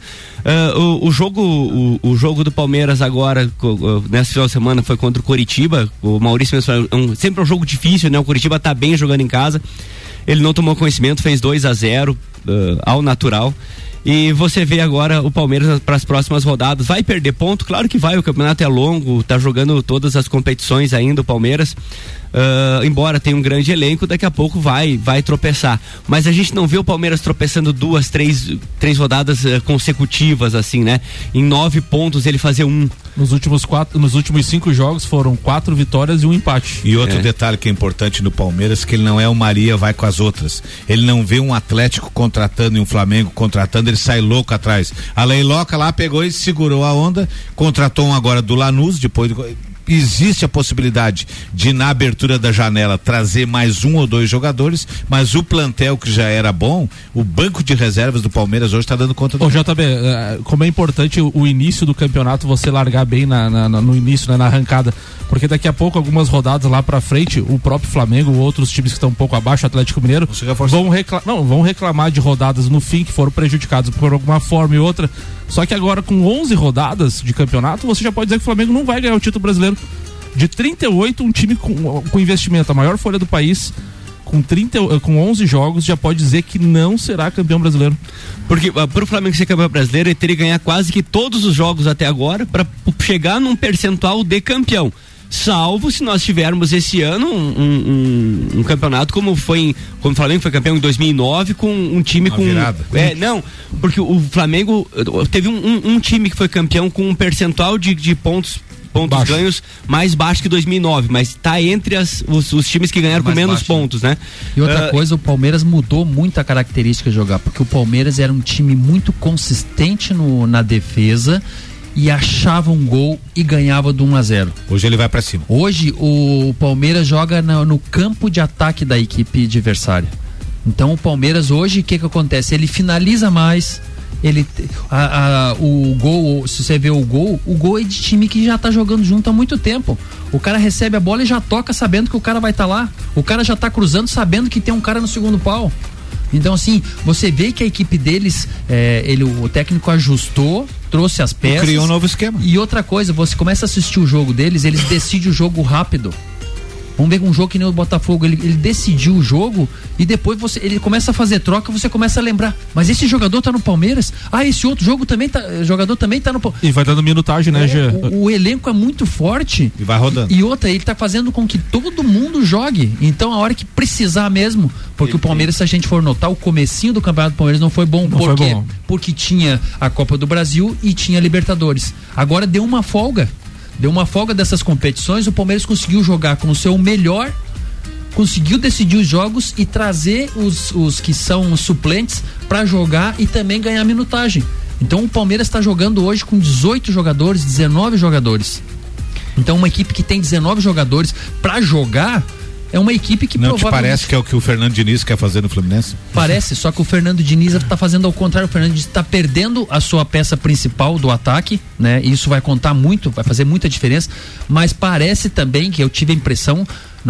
O jogo do Palmeiras agora, nessa final de semana, foi contra o Coritiba. O Maurício sempre é um jogo difícil, né? O Coritiba tá bem jogando em casa. Ele não tomou conhecimento, fez 2-0 ao natural. E você vê agora o Palmeiras para as próximas rodadas, vai perder ponto, claro que vai, o campeonato é longo, tá jogando todas as competições ainda o Palmeiras, embora tenha um grande elenco, daqui a pouco vai tropeçar, mas a gente não vê o Palmeiras tropeçando 2, 3 rodadas consecutivas assim, né? Em 9 pontos ele fazer 1. Nos últimos 5 jogos foram 4 vitórias e 1 empate. E outro detalhe que é importante no Palmeiras, que ele não é o Maria vai com as outras. Ele não vê um Atlético contratando e um Flamengo contratando, ele sai louco atrás. A Leiloca lá pegou e segurou a onda, contratou um agora do Lanús, depois existe a possibilidade de na abertura da janela trazer mais 1 ou 2 jogadores, mas o plantel que já era bom, o banco de reservas do Palmeiras hoje está dando conta do... JB, como é importante o início do campeonato, você largar bem no início, né, na arrancada, porque daqui a pouco, algumas rodadas lá pra frente, o próprio Flamengo, outros times que estão um pouco abaixo, o Atlético Mineiro, vão reclamar de rodadas no fim que foram prejudicados por alguma forma e outra. Só que agora, com 11 rodadas de campeonato, você já pode dizer que o Flamengo não vai ganhar o título brasileiro. De 38, um time com investimento, a maior folha do país, com 11 jogos, já pode dizer que não será campeão brasileiro. Porque pro Flamengo ser campeão brasileiro, ele teria que ganhar quase que todos os jogos até agora para chegar num percentual de campeão. Salvo se nós tivermos esse ano um campeonato como o Flamengo foi campeão em 2009 com um time com virada. Não, porque o Flamengo teve um time que foi campeão com um percentual de pontos baixo. Ganhos mais baixo que 2009, mas está entre os times que ganharam com menos baixo, pontos, né? E outra coisa, o Palmeiras mudou muito a característica de jogar, porque o Palmeiras era um time muito consistente na defesa e achava um gol e ganhava do 1-0. Hoje ele vai pra cima. Hoje o Palmeiras joga no campo de ataque da equipe adversária. Então o Palmeiras hoje, o que acontece? Ele finaliza mais, o gol, se você vê o gol é de time que já tá jogando junto há muito tempo. O cara recebe a bola e já toca sabendo que o cara vai estar lá. O cara já tá cruzando sabendo que tem um cara no segundo pau. Então, assim, você vê que a equipe deles, o técnico ajustou, trouxe as peças. E criou um novo esquema. E outra coisa, você começa a assistir o jogo deles, eles decidem o jogo rápido. Vamos ver um jogo que nem o Botafogo, ele decidiu o jogo e depois ele começa a fazer troca, você começa a lembrar, mas esse jogador tá no Palmeiras, esse outro jogador também tá no Palmeiras. E vai dando minutagem, né, Gê? O elenco é muito forte. E vai rodando. E outra, ele tá fazendo com que todo mundo jogue, então a hora que precisar mesmo, porque o Palmeiras, se a gente for notar, o comecinho do Campeonato do Palmeiras não foi bom, porque tinha a Copa do Brasil e tinha a Libertadores. Agora deu uma folga dessas competições, o Palmeiras conseguiu jogar com o seu melhor, conseguiu decidir os jogos e trazer os que são suplentes para jogar e também ganhar minutagem. Então o Palmeiras está jogando hoje com 18 jogadores, 19 jogadores. Então uma equipe que tem 19 jogadores para jogar é uma equipe que não te parece que é o que o Fernando Diniz quer fazer no Fluminense? Parece, só que o Fernando Diniz está fazendo ao contrário. O Fernando Diniz está perdendo a sua peça principal do ataque, né? E isso vai contar muito, vai fazer muita diferença, mas parece também que eu tive a impressão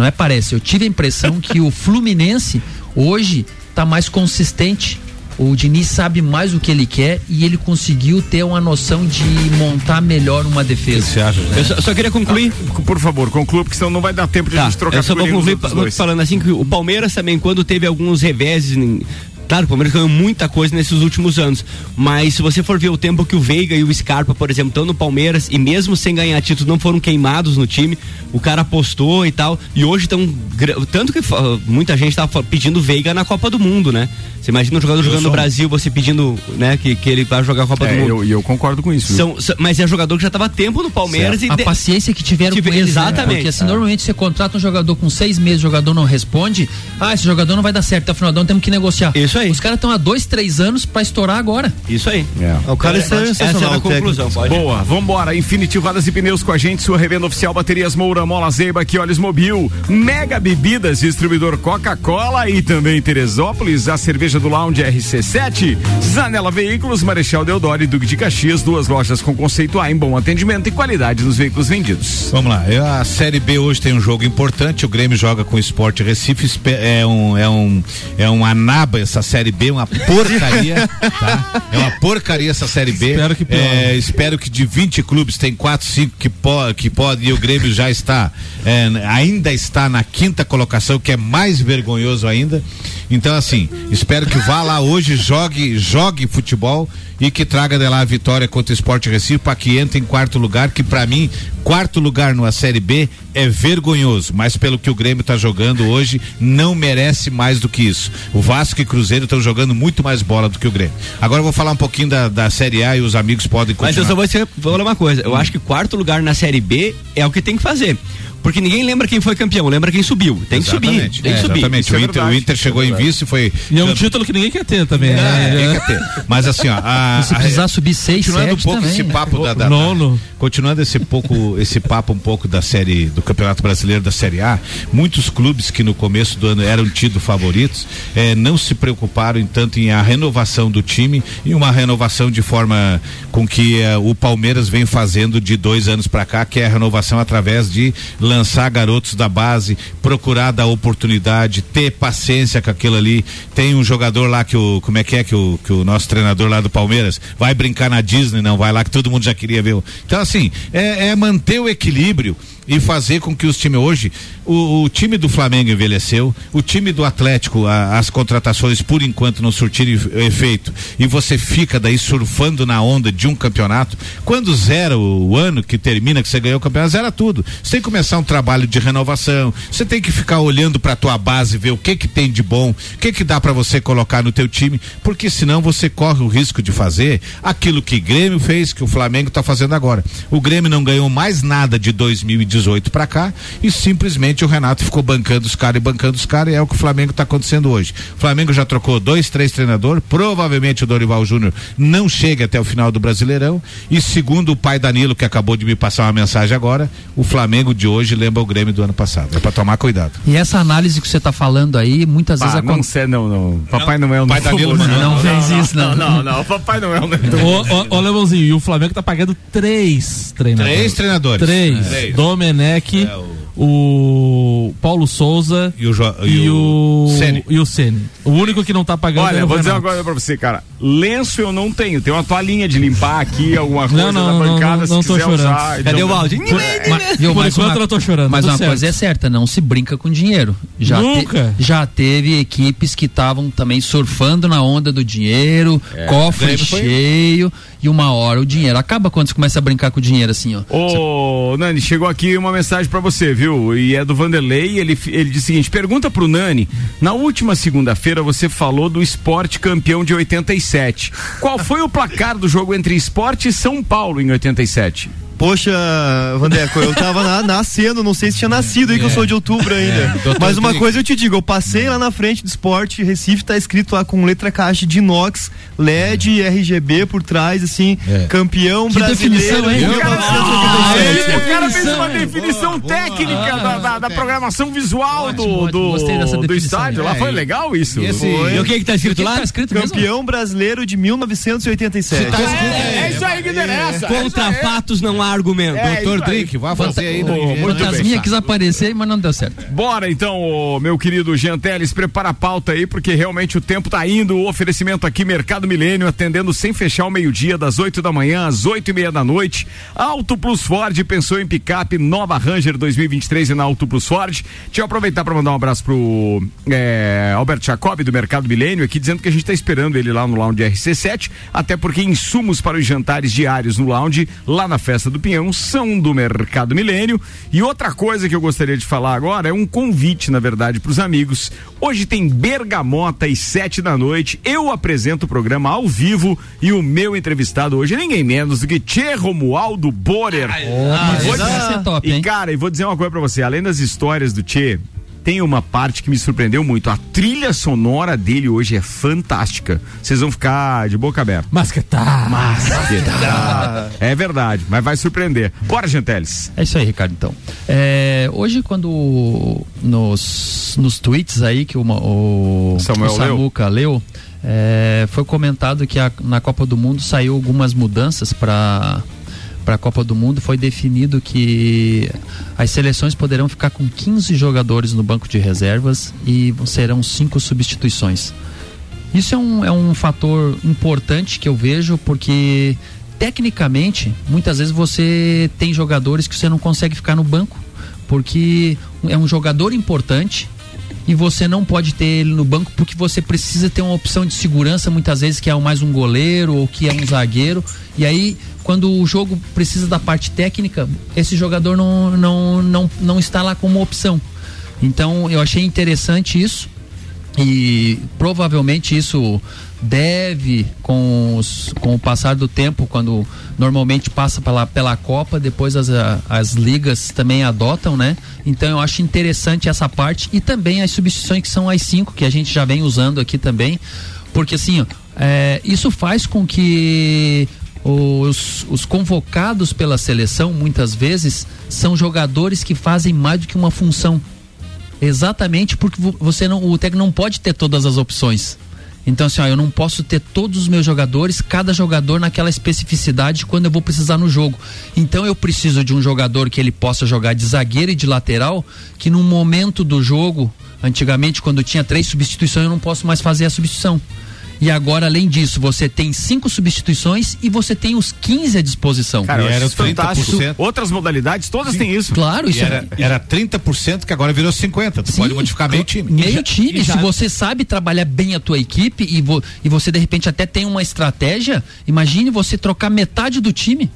que o Fluminense hoje está mais consistente. O Diniz sabe mais o que ele quer e ele conseguiu ter uma noção de montar melhor uma defesa. Você acha, né? Eu só queria concluir. Por favor, conclua, porque senão não vai dar tempo de a gente trocar. Eu só vou concluir falando assim que o Palmeiras também, quando teve alguns reveses. Claro, o Palmeiras ganhou muita coisa nesses últimos anos, mas se você for ver o tempo que o Veiga e o Scarpa, por exemplo, estão no Palmeiras e mesmo sem ganhar título não foram queimados no time, o cara apostou e tal, e hoje estão, tanto que muita gente estava pedindo Veiga na Copa do Mundo, né? Você imagina um jogador jogando no Brasil, você pedindo, né, que ele vai jogar a Copa do Mundo. Eu concordo com isso. Mas é jogador que já estava tempo no Palmeiras. A paciência que tiveram com eles, exatamente. Né? Porque assim, normalmente você contrata um jogador com 6 meses, o jogador não responde, esse jogador não vai dar certo, até o final do ano temos que negociar. Isso aí. Os caras estão há 2-3 anos pra estourar agora. Isso aí. O cara essa é a conclusão. Boa, vambora. Infinity Rodas e Pneus com a gente, sua revenda oficial Baterias Moura, Mola Zeiba, que Olhos Mobil, Mega Bebidas, distribuidor Coca-Cola e também Teresópolis, a cerveja do Lounge RC7, Zanela Veículos, Marechal Deodoro e Duque de Caxias, 2 lojas com conceito A em bom atendimento e qualidade nos veículos vendidos. Vamos lá, a Série B hoje tem um jogo importante, o Grêmio joga com o Sport Recife, é uma naba essa Série B, uma porcaria, tá? É uma porcaria essa Série B. Espero que de 20 clubes tem 4, 5 que pode e o Grêmio já está, ainda está na 5ª colocação, que é mais vergonhoso ainda. Então assim, espero que vá lá hoje, jogue futebol e que traga de lá a vitória contra o Sport Recife para que entre em 4º lugar, que para mim 4º lugar numa Série B é vergonhoso, mas pelo que o Grêmio está jogando hoje não merece mais do que isso. O Vasco e Cruzeiro estão jogando muito mais bola do que o Grêmio. Agora eu vou falar um pouquinho da Série A e os amigos podem continuar. Mas eu vou falar uma coisa, eu acho que 4º lugar na Série B é o que tem que fazer. Porque ninguém lembra quem foi campeão, lembra quem subiu. Tem que subir. Exatamente. O Inter chegou em vice e foi. E é um título que ninguém quer ter também, né? Ninguém quer ter. Mas assim, se precisar subir 6, 7 continuando um pouco também, esse papo continuando esse papo um pouco da série do Campeonato Brasileiro da Série A, muitos clubes que no começo do ano eram tidos favoritos, não se preocuparam tanto em a renovação do time e uma renovação de forma com que o Palmeiras vem fazendo de 2 anos para cá, que é a renovação através de lançar garotos da base, procurar dar oportunidade, ter paciência com aquilo ali. Tem um jogador lá que o nosso treinador lá do Palmeiras vai brincar na Disney, não vai lá, que todo mundo já queria ver. Então assim, é manter o equilíbrio e fazer com que os times hoje, o time do Flamengo envelheceu, o time do Atlético, as contratações por enquanto não surtiram efeito, e você fica daí surfando na onda de um campeonato. Quando zera o ano que termina, que você ganhou o campeonato, zera tudo. Você tem que começar um trabalho de renovação, você tem que ficar olhando pra tua base, ver o que tem de bom, o que dá pra você colocar no teu time, porque senão você corre o risco de fazer aquilo que o Grêmio fez, que o Flamengo tá fazendo agora. O Grêmio não ganhou mais nada de 2018 pra cá e simplesmente o Renato ficou bancando os caras e é o que o Flamengo tá acontecendo hoje. O Flamengo já trocou 2, 3 treinadores, provavelmente o Dorival Júnior não chega até o final do Brasileirão, e segundo o pai Danilo, que acabou de me passar uma mensagem agora, o Flamengo de hoje lembra o Grêmio do ano passado. É pra tomar cuidado. E essa análise que você tá falando aí, muitas vezes acontece. Não. Papai Noel pai Danilo não fez isso, não. Não, Papai Noel não. Ô, Leãozinho, e o Flamengo tá pagando 3 treinadores. 3 treinadores. 3. Domenech, o Paulo Souza e o Ceni. O único que não tá pagando. Olha, vou dizer uma coisa pra você, cara. Lenço eu não tenho. Tem uma toalhinha de limpar aqui, alguma coisa na bancada. Não tô chorando. Usar, cadê o áudio? Por enquanto eu tô chorando. Mas uma coisa é certa, não se brinca com dinheiro. Já teve equipes que estavam também surfando na onda do dinheiro, cofre cheio, e uma hora o dinheiro acaba quando você começa a brincar com o dinheiro assim, ó. Ô, Nani, chegou aqui uma mensagem pra você, viu? E é do Vanderlei, ele diz o seguinte: pergunta pro Nani, na última segunda-feira você falou do Sport campeão de 87. Qual foi o placar do jogo entre Sport e São Paulo em 87? Poxa, Vandeco, eu tava nascendo, não sei se tinha nascido aí, que eu sou de outubro ainda. Mas uma coisa eu te digo, eu passei lá na frente do Sport, Recife, tá escrito lá com letra caixa de inox, LED e RGB por trás, assim, campeão que brasileiro. Definição, o cara fez uma definição técnica da programação visual do estádio. Lá foi legal isso. E o que tá escrito lá? Campeão brasileiro de 1987. É isso aí que interessa. Contra fatos não há argumento. Doutor Drick, vai fazer aí. O Tasminha quis aparecer, mas não deu certo. Bora então, meu querido Jean Teles, prepara a pauta aí, porque realmente o tempo tá indo. O oferecimento aqui, Mercado Milênio, atendendo sem fechar o meio-dia, das 8 da manhã às 8:30 da noite. Auto Plus Ford, pensou em picape, nova Ranger 2023 e na Auto Plus Ford. Deixa eu aproveitar para mandar um abraço pro Albert Jacob, do Mercado Milênio, aqui dizendo que a gente tá esperando ele lá no lounge RC7, até porque insumos para os jantares diários no lounge, lá na Festa do Pinhão, são do Mercado Milênio. E outra coisa que eu gostaria de falar agora é um convite, na verdade, para os amigos. Hoje tem Bergamota às 7 da noite. Eu apresento o programa ao vivo e o meu entrevistado hoje é ninguém menos do que Tchê Romualdo Borer. E cara, e vou dizer uma coisa para você, além das histórias do Tchê, tem uma parte que me surpreendeu muito. A trilha sonora dele hoje é fantástica. Vocês vão ficar de boca aberta. Mas que tá. É verdade, mas vai surpreender. Bora, Genteles. É isso aí, Ricardo, então. Hoje, quando nos tweets aí que o Samuca leu, foi comentado que na Copa do Mundo saiu algumas mudanças para a Copa do Mundo. Foi definido que as seleções poderão ficar com 15 jogadores no banco de reservas e serão 5 substituições. Isso é um fator importante que eu vejo, porque tecnicamente muitas vezes você tem jogadores que você não consegue ficar no banco, porque é um jogador importante e você não pode ter ele no banco porque você precisa ter uma opção de segurança, muitas vezes, que é mais um goleiro ou que é um zagueiro. E aí, quando o jogo precisa da parte técnica, esse jogador não está lá como opção. Então, eu achei interessante isso, e provavelmente isso deve, com o passar do tempo, quando normalmente passa pela Copa, depois as ligas também adotam, né? Então eu acho interessante essa parte, e também as substituições, que são as 5, que a gente já vem usando aqui também, porque assim, isso faz com que os convocados pela seleção, muitas vezes, são jogadores que fazem mais do que uma função, exatamente porque o técnico não pode ter todas as opções. Então assim, eu não posso ter todos os meus jogadores, cada jogador naquela especificidade quando eu vou precisar no jogo. Então eu preciso de um jogador que ele possa jogar de zagueiro e de lateral, que no momento do jogo, antigamente quando tinha 3 substituições, eu não posso mais fazer a substituição. E agora, além disso, você tem 5 substituições e você tem os 15 à disposição. Cara, era 30%. Outras modalidades, todas têm isso. Claro, isso era 30% que agora virou 50%. Tu pode modificar meio time. Meio time. Se você sabe trabalhar bem a tua equipe e você de repente até tem uma estratégia, imagine você trocar metade do time.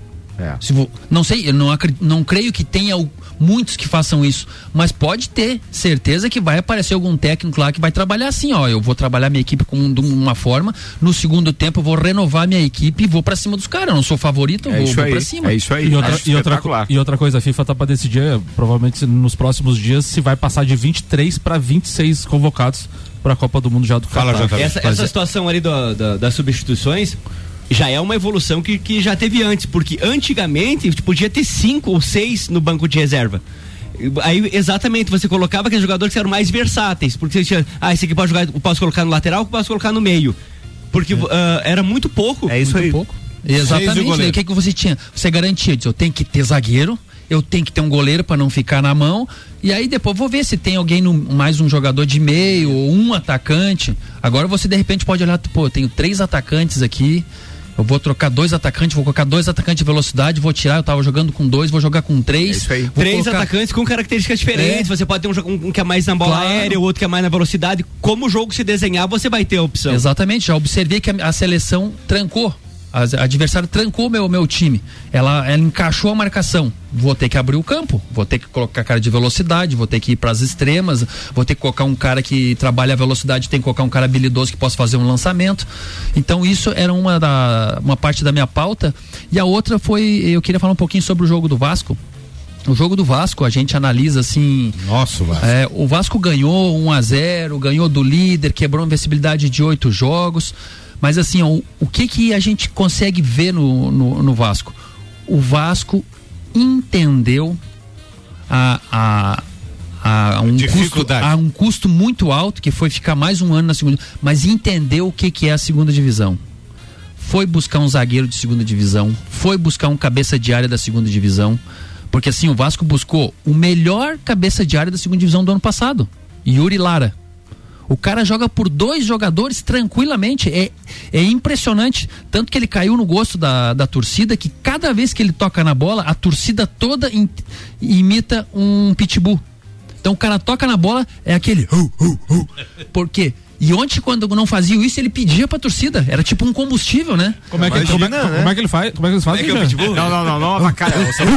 Não sei, eu não creio que tenha muitos que façam isso, mas pode ter certeza que vai aparecer algum técnico lá que vai trabalhar assim, ó, eu vou trabalhar minha equipe de uma forma, no segundo tempo eu vou renovar minha equipe e vou pra cima dos caras, eu não sou favorito, eu vou pra cima. É isso aí. E outra coisa, a FIFA tá pra decidir, provavelmente nos próximos dias, se vai passar de 23 para 26 convocados pra Copa do Mundo já do Catar. Essa situação ali das substituições já é uma evolução que já teve antes, porque antigamente podia ter 5 ou 6 no banco de reserva. Aí, exatamente, você colocava aqueles jogadores que eram mais versáteis, porque você tinha, esse aqui pode jogar, eu posso colocar no lateral, eu posso colocar no meio. Porque era muito pouco. É isso muito aí. Pouco. Exatamente. O que você tinha? Você garantia, eu tenho que ter zagueiro, eu tenho que ter um goleiro para não ficar na mão, e aí depois vou ver se tem alguém mais um jogador de meio ou um atacante. Agora você de repente pode olhar, eu tenho 3 atacantes aqui. Eu vou trocar 2 atacantes, vou colocar 2 atacantes de velocidade, vou tirar, eu tava jogando com 2, vou jogar com 3. É isso aí. 3 atacantes com características diferentes, você pode ter um que é mais na bola aérea, o outro que é mais na velocidade. Como o jogo se desenhar, você vai ter a opção. Exatamente, já observei que a seleção trancou. A adversário trancou meu time. Ela encaixou a marcação. Vou ter que abrir o campo, vou ter que colocar cara de velocidade, vou ter que ir para as extremas, vou ter que colocar um cara que trabalha a velocidade, tem que colocar um cara habilidoso que possa fazer um lançamento. Então isso era uma parte da minha pauta. E a outra eu queria falar um pouquinho sobre o jogo do Vasco. O jogo do Vasco, a gente analisa assim. Nossa, Vasco. O Vasco ganhou 1-0, ganhou do líder, quebrou a invencibilidade de 8 jogos. Mas assim, o que a gente consegue ver no Vasco? O Vasco entendeu um custo muito alto, que foi ficar mais um ano na segunda, mas entendeu o que é a segunda divisão. Foi buscar um zagueiro de segunda divisão, foi buscar um cabeça de área da segunda divisão, porque assim, o Vasco buscou o melhor cabeça de área da segunda divisão do ano passado, Yuri Lara. O cara joga por 2 jogadores tranquilamente, é impressionante, tanto que ele caiu no gosto da torcida, que cada vez que ele toca na bola, a torcida toda imita um pitbull. Então o cara toca na bola, é aquele Por quê? E ontem, quando não faziam isso, ele pedia pra torcida. Era tipo um combustível, né? Como é que ele faz? Como é que eles fazem? Não, avacalha.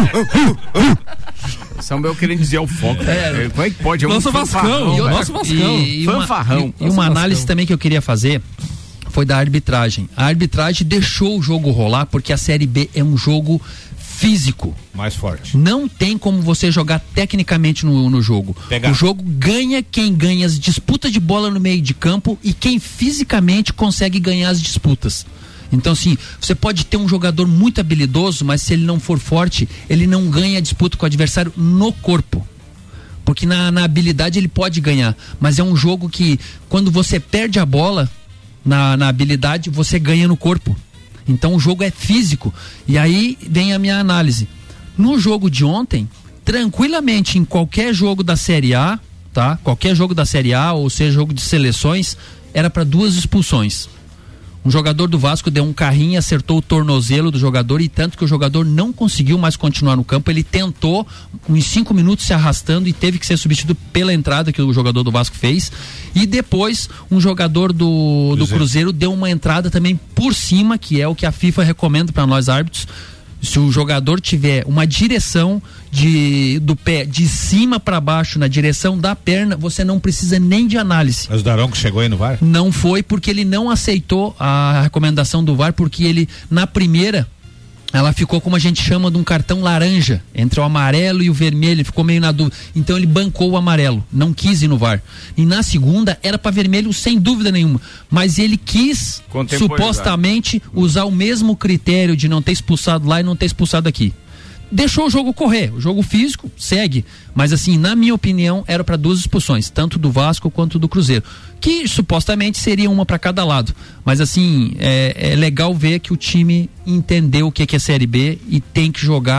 São meu querendo dizer o foco. Como é que pode? Nosso Vascão. Fanfarrão. E uma análise também que eu queria fazer foi da arbitragem. A arbitragem deixou o jogo rolar porque a Série B é um jogo físico. Mais forte. Não tem como você jogar tecnicamente no jogo. O jogo ganha quem ganha as disputas de bola no meio de campo e quem fisicamente consegue ganhar as disputas. Então, assim, você pode ter um jogador muito habilidoso, mas se ele não for forte, ele não ganha a disputa com o adversário no corpo. Porque na habilidade ele pode ganhar, mas é um jogo que, quando você perde a bola na habilidade, você ganha no corpo. Então o jogo é físico. E aí vem a minha análise. No jogo de ontem, tranquilamente, em qualquer jogo da Série A, tá? Qualquer jogo da Série A, ou seja, jogo de seleções, era para 2 expulsões. Um jogador do Vasco deu um carrinho, acertou o tornozelo do jogador, e tanto que o jogador não conseguiu mais continuar no campo. Ele tentou uns 5 minutos se arrastando e teve que ser substituído pela entrada que o jogador do Vasco fez. E depois um jogador do Cruzeiro deu uma entrada também por cima, que é o que a FIFA recomenda para nós árbitros. Se o jogador tiver uma direção do pé de cima para baixo na direção da perna, você não precisa nem de análise. Mas o Daronco chegou aí no VAR? Não foi, porque ele não aceitou a recomendação do VAR, porque ele, na primeira, ela ficou como a gente chama de um cartão laranja, entre o amarelo e o vermelho, ele ficou meio na dúvida. Então ele bancou o amarelo, não quis ir no VAR. E na segunda era para vermelho sem dúvida nenhuma, mas ele quis supostamente usar o mesmo critério de não ter expulsado lá e não ter expulsado aqui. Deixou o jogo correr, o jogo físico segue, mas assim, na minha opinião, era para 2 expulsões, tanto do Vasco quanto do Cruzeiro, que supostamente seria uma para cada lado, mas assim, é legal ver que o time entendeu o que é Série B e tem que jogar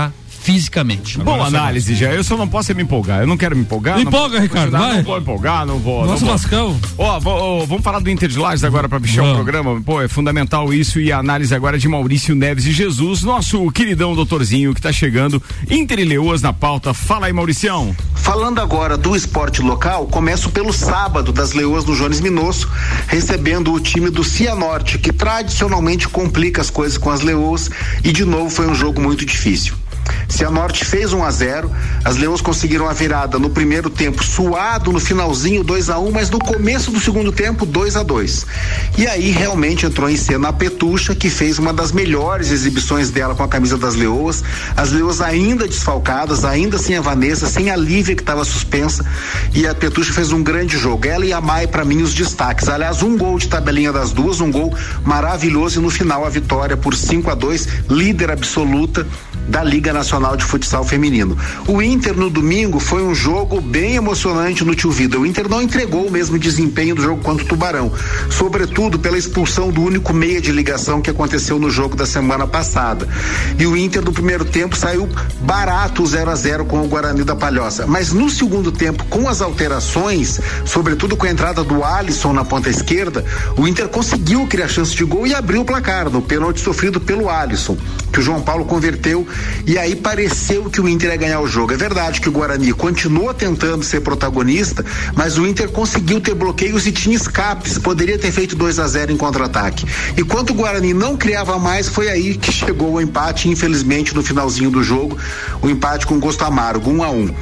fisicamente. Boa análise, já. Eu só não posso me empolgar. Eu não quero me empolgar. Empolga, Ricardo, vai. Não vou empolgar, não vou. Nosso Vascão. Vamos falar do Inter de Lages agora pra fechar o programa. Pô, é fundamental isso, e a análise agora é de Maurício Neves e Jesus, nosso queridão doutorzinho que tá chegando. Inter e Leoas na pauta. Fala aí, Mauricião. Falando agora do esporte local, começo pelo sábado das Leoas do Jones Minosso, recebendo o time do Cianorte, que tradicionalmente complica as coisas com as Leoas, e de novo foi um jogo muito difícil. Cianorte fez 1-0, as Leões conseguiram a virada no primeiro tempo, suado no finalzinho 2-1, mas no começo do segundo tempo 2-2. E aí realmente entrou em cena a Petucha, que fez uma das melhores exibições dela com a camisa das Leoas. As Leoas ainda desfalcadas, ainda sem a Vanessa, sem a Lívia, que estava suspensa, e a Petucha fez um grande jogo. Ela e a Mai, para mim, os destaques. Aliás, um gol de tabelinha das duas, um gol maravilhoso, e no final a vitória por 5-2, líder absoluta da Liga Nacional de Futsal Feminino. O Inter no domingo foi um jogo bem emocionante no Tio Vida. O Inter não entregou o mesmo desempenho do jogo contra o Tubarão, sobretudo pela expulsão do único meia de ligação que aconteceu no jogo da semana passada. E o Inter no primeiro tempo saiu barato 0-0 com o Guarani da Palhoça, mas no segundo tempo, com as alterações, sobretudo com a entrada do Alisson na ponta esquerda, o Inter conseguiu criar chance de gol e abriu o placar no pênalti sofrido pelo Alisson, que o João Paulo converteu, e aí pareceu que o Inter ia ganhar o jogo. É verdade que o Guarani continua tentando ser protagonista, mas o Inter conseguiu ter bloqueios e tinha escapes, poderia ter feito 2-0 em contra-ataque. E quando o Guarani não criava mais, foi aí que chegou o empate, infelizmente no finalzinho do jogo, o empate com gosto amargo, 1-1.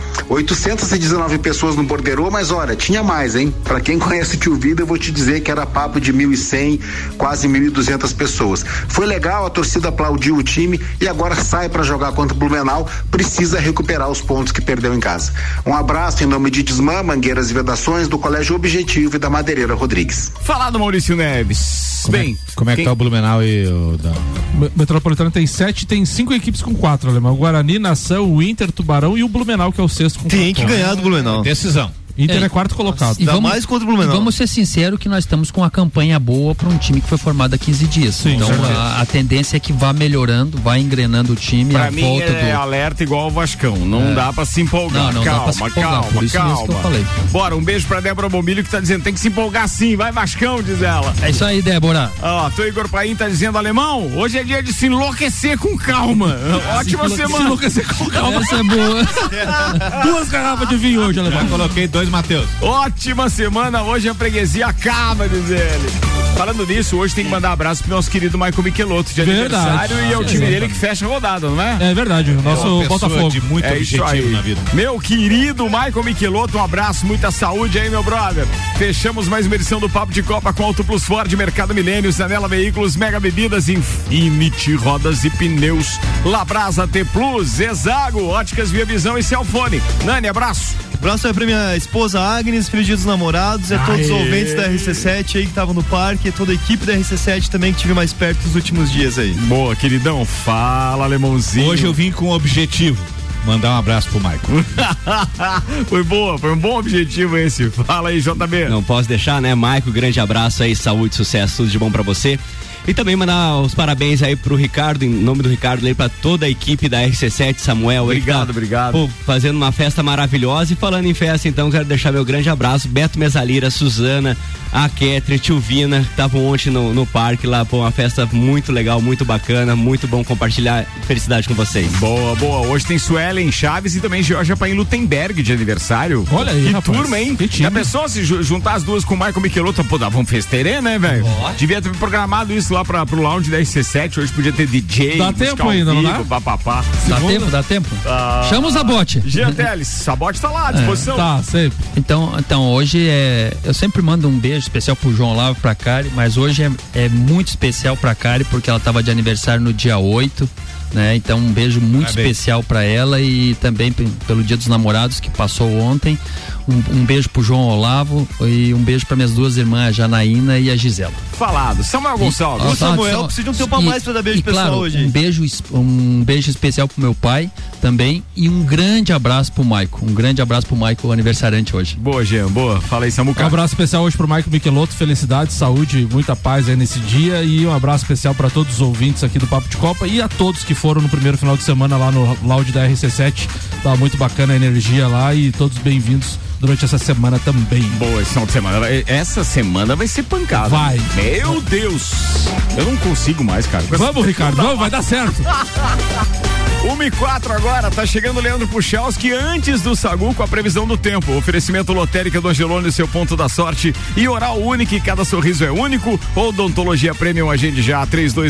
819 pessoas no Borderô, mas olha, tinha mais, hein? Pra quem conhece o Tio Vida, eu vou te dizer que era papo de 1.100, quase 1.200 pessoas. Foi legal, a torcida aplaudiu o time e agora sai para jogar contra o Blumenau, precisa recuperar os pontos que perdeu em casa. Um abraço em nome de Desmã, Mangueiras e Vedações, do Colégio Objetivo e da Madeireira Rodrigues. Falado, Maurício Neves. Como é que tá o Blumenau e o Metropolitano tem 7, tem 5 equipes com 4, Alemão. O Guarani, Nação, o Inter, Tubarão e o Blumenau, que é o sexto com 4. Tem que ganhar do Blumenau. Decisão. Inter é quarto colocado. E mais contra o Blumenau. Vamos ser sinceros que nós estamos com uma campanha boa para um time que foi formado há 15 dias. Sim, então a tendência é que vá melhorando, vá engrenando o time. Pra mim é alerta igual o Vascão. Não dá pra se empolgar. Não calma, dá pra se empolgar. Por isso mesmo que eu falei. Bora, um beijo pra Débora Bombilho, que tá dizendo tem que se empolgar sim. Vai Vascão, diz ela. É isso aí, Débora. Ó, tu Igor Paim tá dizendo, Alemão, hoje é dia de se enlouquecer com calma. Ótima semana. Se enlouquecer com calma. Essa é boa. 2 garrafas de vinho hoje, Alemão. Já coloquei 2, Matheus. Ótima semana, hoje a freguesia acaba, diz ele. Falando nisso, hoje tem que mandar abraço pro nosso querido Michael Michelotto, de aniversário, e é o time dele que fecha a rodada, não é? É verdade, o nosso Botafogo. De muito objetivo na vida. Meu querido Michael Michelotto, um abraço, muita saúde aí, meu brother. Fechamos mais uma edição do Papo de Copa com Auto Plus Ford, Mercado Milênio, Zanela Veículos, Mega Bebidas, Infinity Rodas e Pneus, Labrasa T Plus, Exago, Óticas Via Visão e Celfone. Nani, abraço. Abraço aí pra minha esposa Agnes, feliz dia dos namorados, todos os ouvintes da RC7 aí que estavam no parque, toda a equipe da RC7 também que tive mais perto nos últimos dias aí. Boa, queridão, fala, alemãozinho. Hoje eu vim com um objetivo, mandar um abraço pro Michael. Foi um bom objetivo esse. Fala aí, JB. Não posso deixar, né, Michael, grande abraço aí, saúde, sucesso, tudo de bom pra você. E também mandar os parabéns aí pro Ricardo, em nome do Ricardo, aí pra toda a equipe da RC7, Samuel. Obrigado. Pô, fazendo uma festa maravilhosa. E falando em festa, então, quero deixar meu grande abraço, Beto Mesalira, Suzana, a Ketri, Tio Vina, que estavam ontem no parque lá, pô, uma festa muito legal, muito bacana, muito bom compartilhar felicidade com vocês. Boa. Hoje tem Suelen Chaves e também Georgia Paim Lutemberg de aniversário. Olha aí, que rapaz, turma, hein? Que time. Já pensou se juntar as duas com o Michael Michelotto? Pô, dava um festerê, né, velho? Devia ter programado isso lá pro lounge da RC7, hoje podia ter DJ. Dá tempo ainda, não dá? Papapá. Dá tempo? Chama o Zabote. Jean Teles, Zabote tá lá à disposição. Tá, sempre. Então hoje eu sempre mando um beijo especial pro João Olavo, pra Kari, mas hoje é muito especial pra Kari, porque ela tava de aniversário no dia 8, né? Então um beijo muito especial pra ela e também pelo Dia dos Namorados que passou ontem. Um beijo pro João Olavo e um beijo para minhas duas irmãs, a Janaína e a Gisela. Falado. Samuel Gonçalves. O Samuel precisa de um tempo a mais pra dar beijo pessoal, claro, hoje. Um beijo especial pro meu pai também e um grande abraço pro Maico. Um grande abraço pro Maico, aniversariante hoje. Boa, Jean, boa. Fala aí, Samuca. Um abraço especial hoje pro Maico Michelotto, felicidade, saúde, muita paz aí nesse dia, e um abraço especial para todos os ouvintes aqui do Papo de Copa e a todos que foram no primeiro final de semana lá no Lounge da RC7. Tá muito bacana a energia lá e todos bem-vindos durante essa semana também. Boa, esse final de semana. Essa semana vai ser pancada. Vai. Meu Deus. Eu não consigo mais, cara. Vamos, Ricardo, vamos, vai dar certo. 1h04 agora, tá chegando o Leandro Puchalski antes do Sagu com a previsão do tempo. Oferecimento lotérica do Angelone, seu ponto da sorte, e Oral Único, cada sorriso é único. Odontologia Premium, agende já,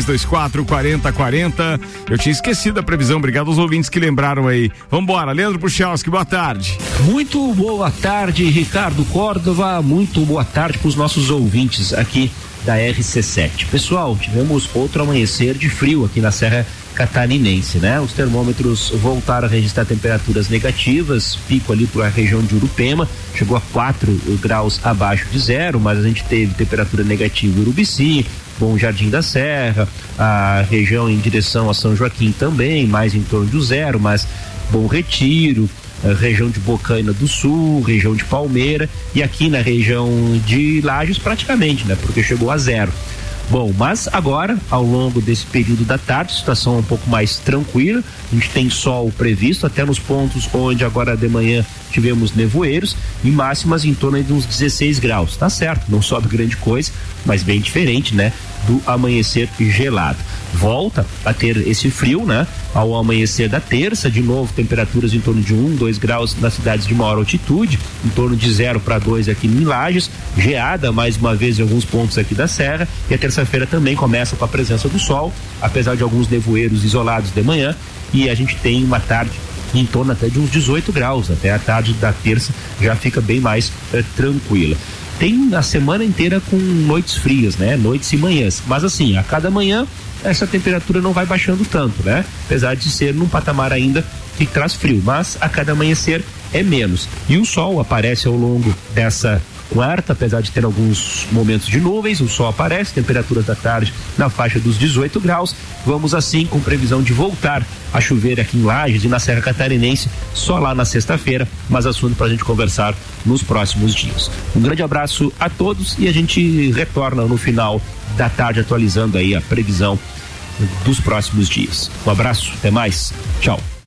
3224-4040. Eu tinha esquecido a previsão, obrigado aos ouvintes que lembraram aí. Vambora, Leandro Puchalski, boa tarde. Muito boa tarde, Ricardo Córdova, muito boa tarde para os nossos ouvintes aqui da RC7. Pessoal, tivemos outro amanhecer de frio aqui na Serra Catarinense, né? Os termômetros voltaram a registrar temperaturas negativas, pico ali para a região de Urupema, chegou a 4 graus abaixo de zero, mas a gente teve temperatura negativa em Urubici, Bom Jardim da Serra, a região em direção a São Joaquim também, mais em torno do zero, mas Bom Retiro, região de Bocaina do Sul, região de Palmeira, e aqui na região de Lages praticamente, né? Porque chegou a zero. Bom, mas agora, ao longo desse período da tarde, a situação é um pouco mais tranquila, a gente tem sol previsto até nos pontos onde agora de manhã tivemos nevoeiros e máximas em torno de uns 16 graus, tá certo, não sobe grande coisa, mas bem diferente, né, do amanhecer gelado. Volta a ter esse frio, né, ao amanhecer da terça, de novo temperaturas em torno de 1, 2 graus nas cidades de maior altitude, em torno de 0 para 2 aqui em Lages, geada mais uma vez em alguns pontos aqui da serra, e a terça-feira também começa com a presença do sol, apesar de alguns nevoeiros isolados de manhã, e a gente tem uma tarde em torno até de uns 18 graus, até a tarde da terça já fica bem mais tranquila. Tem a semana inteira com noites frias, né? Noites e manhãs, mas assim, a cada manhã essa temperatura não vai baixando tanto, né? Apesar de ser num patamar ainda que traz frio, mas a cada amanhecer é menos. E o sol aparece ao longo dessa quarta, apesar de ter alguns momentos de nuvens, o sol aparece, temperaturas da tarde na faixa dos 18 graus. Vamos assim com previsão de voltar a chover aqui em Lages e na Serra Catarinense só lá na sexta-feira, mas assunto pra gente conversar nos próximos dias. Um grande abraço a todos e a gente retorna no final da tarde atualizando aí a previsão dos próximos dias. Um abraço, até mais, tchau.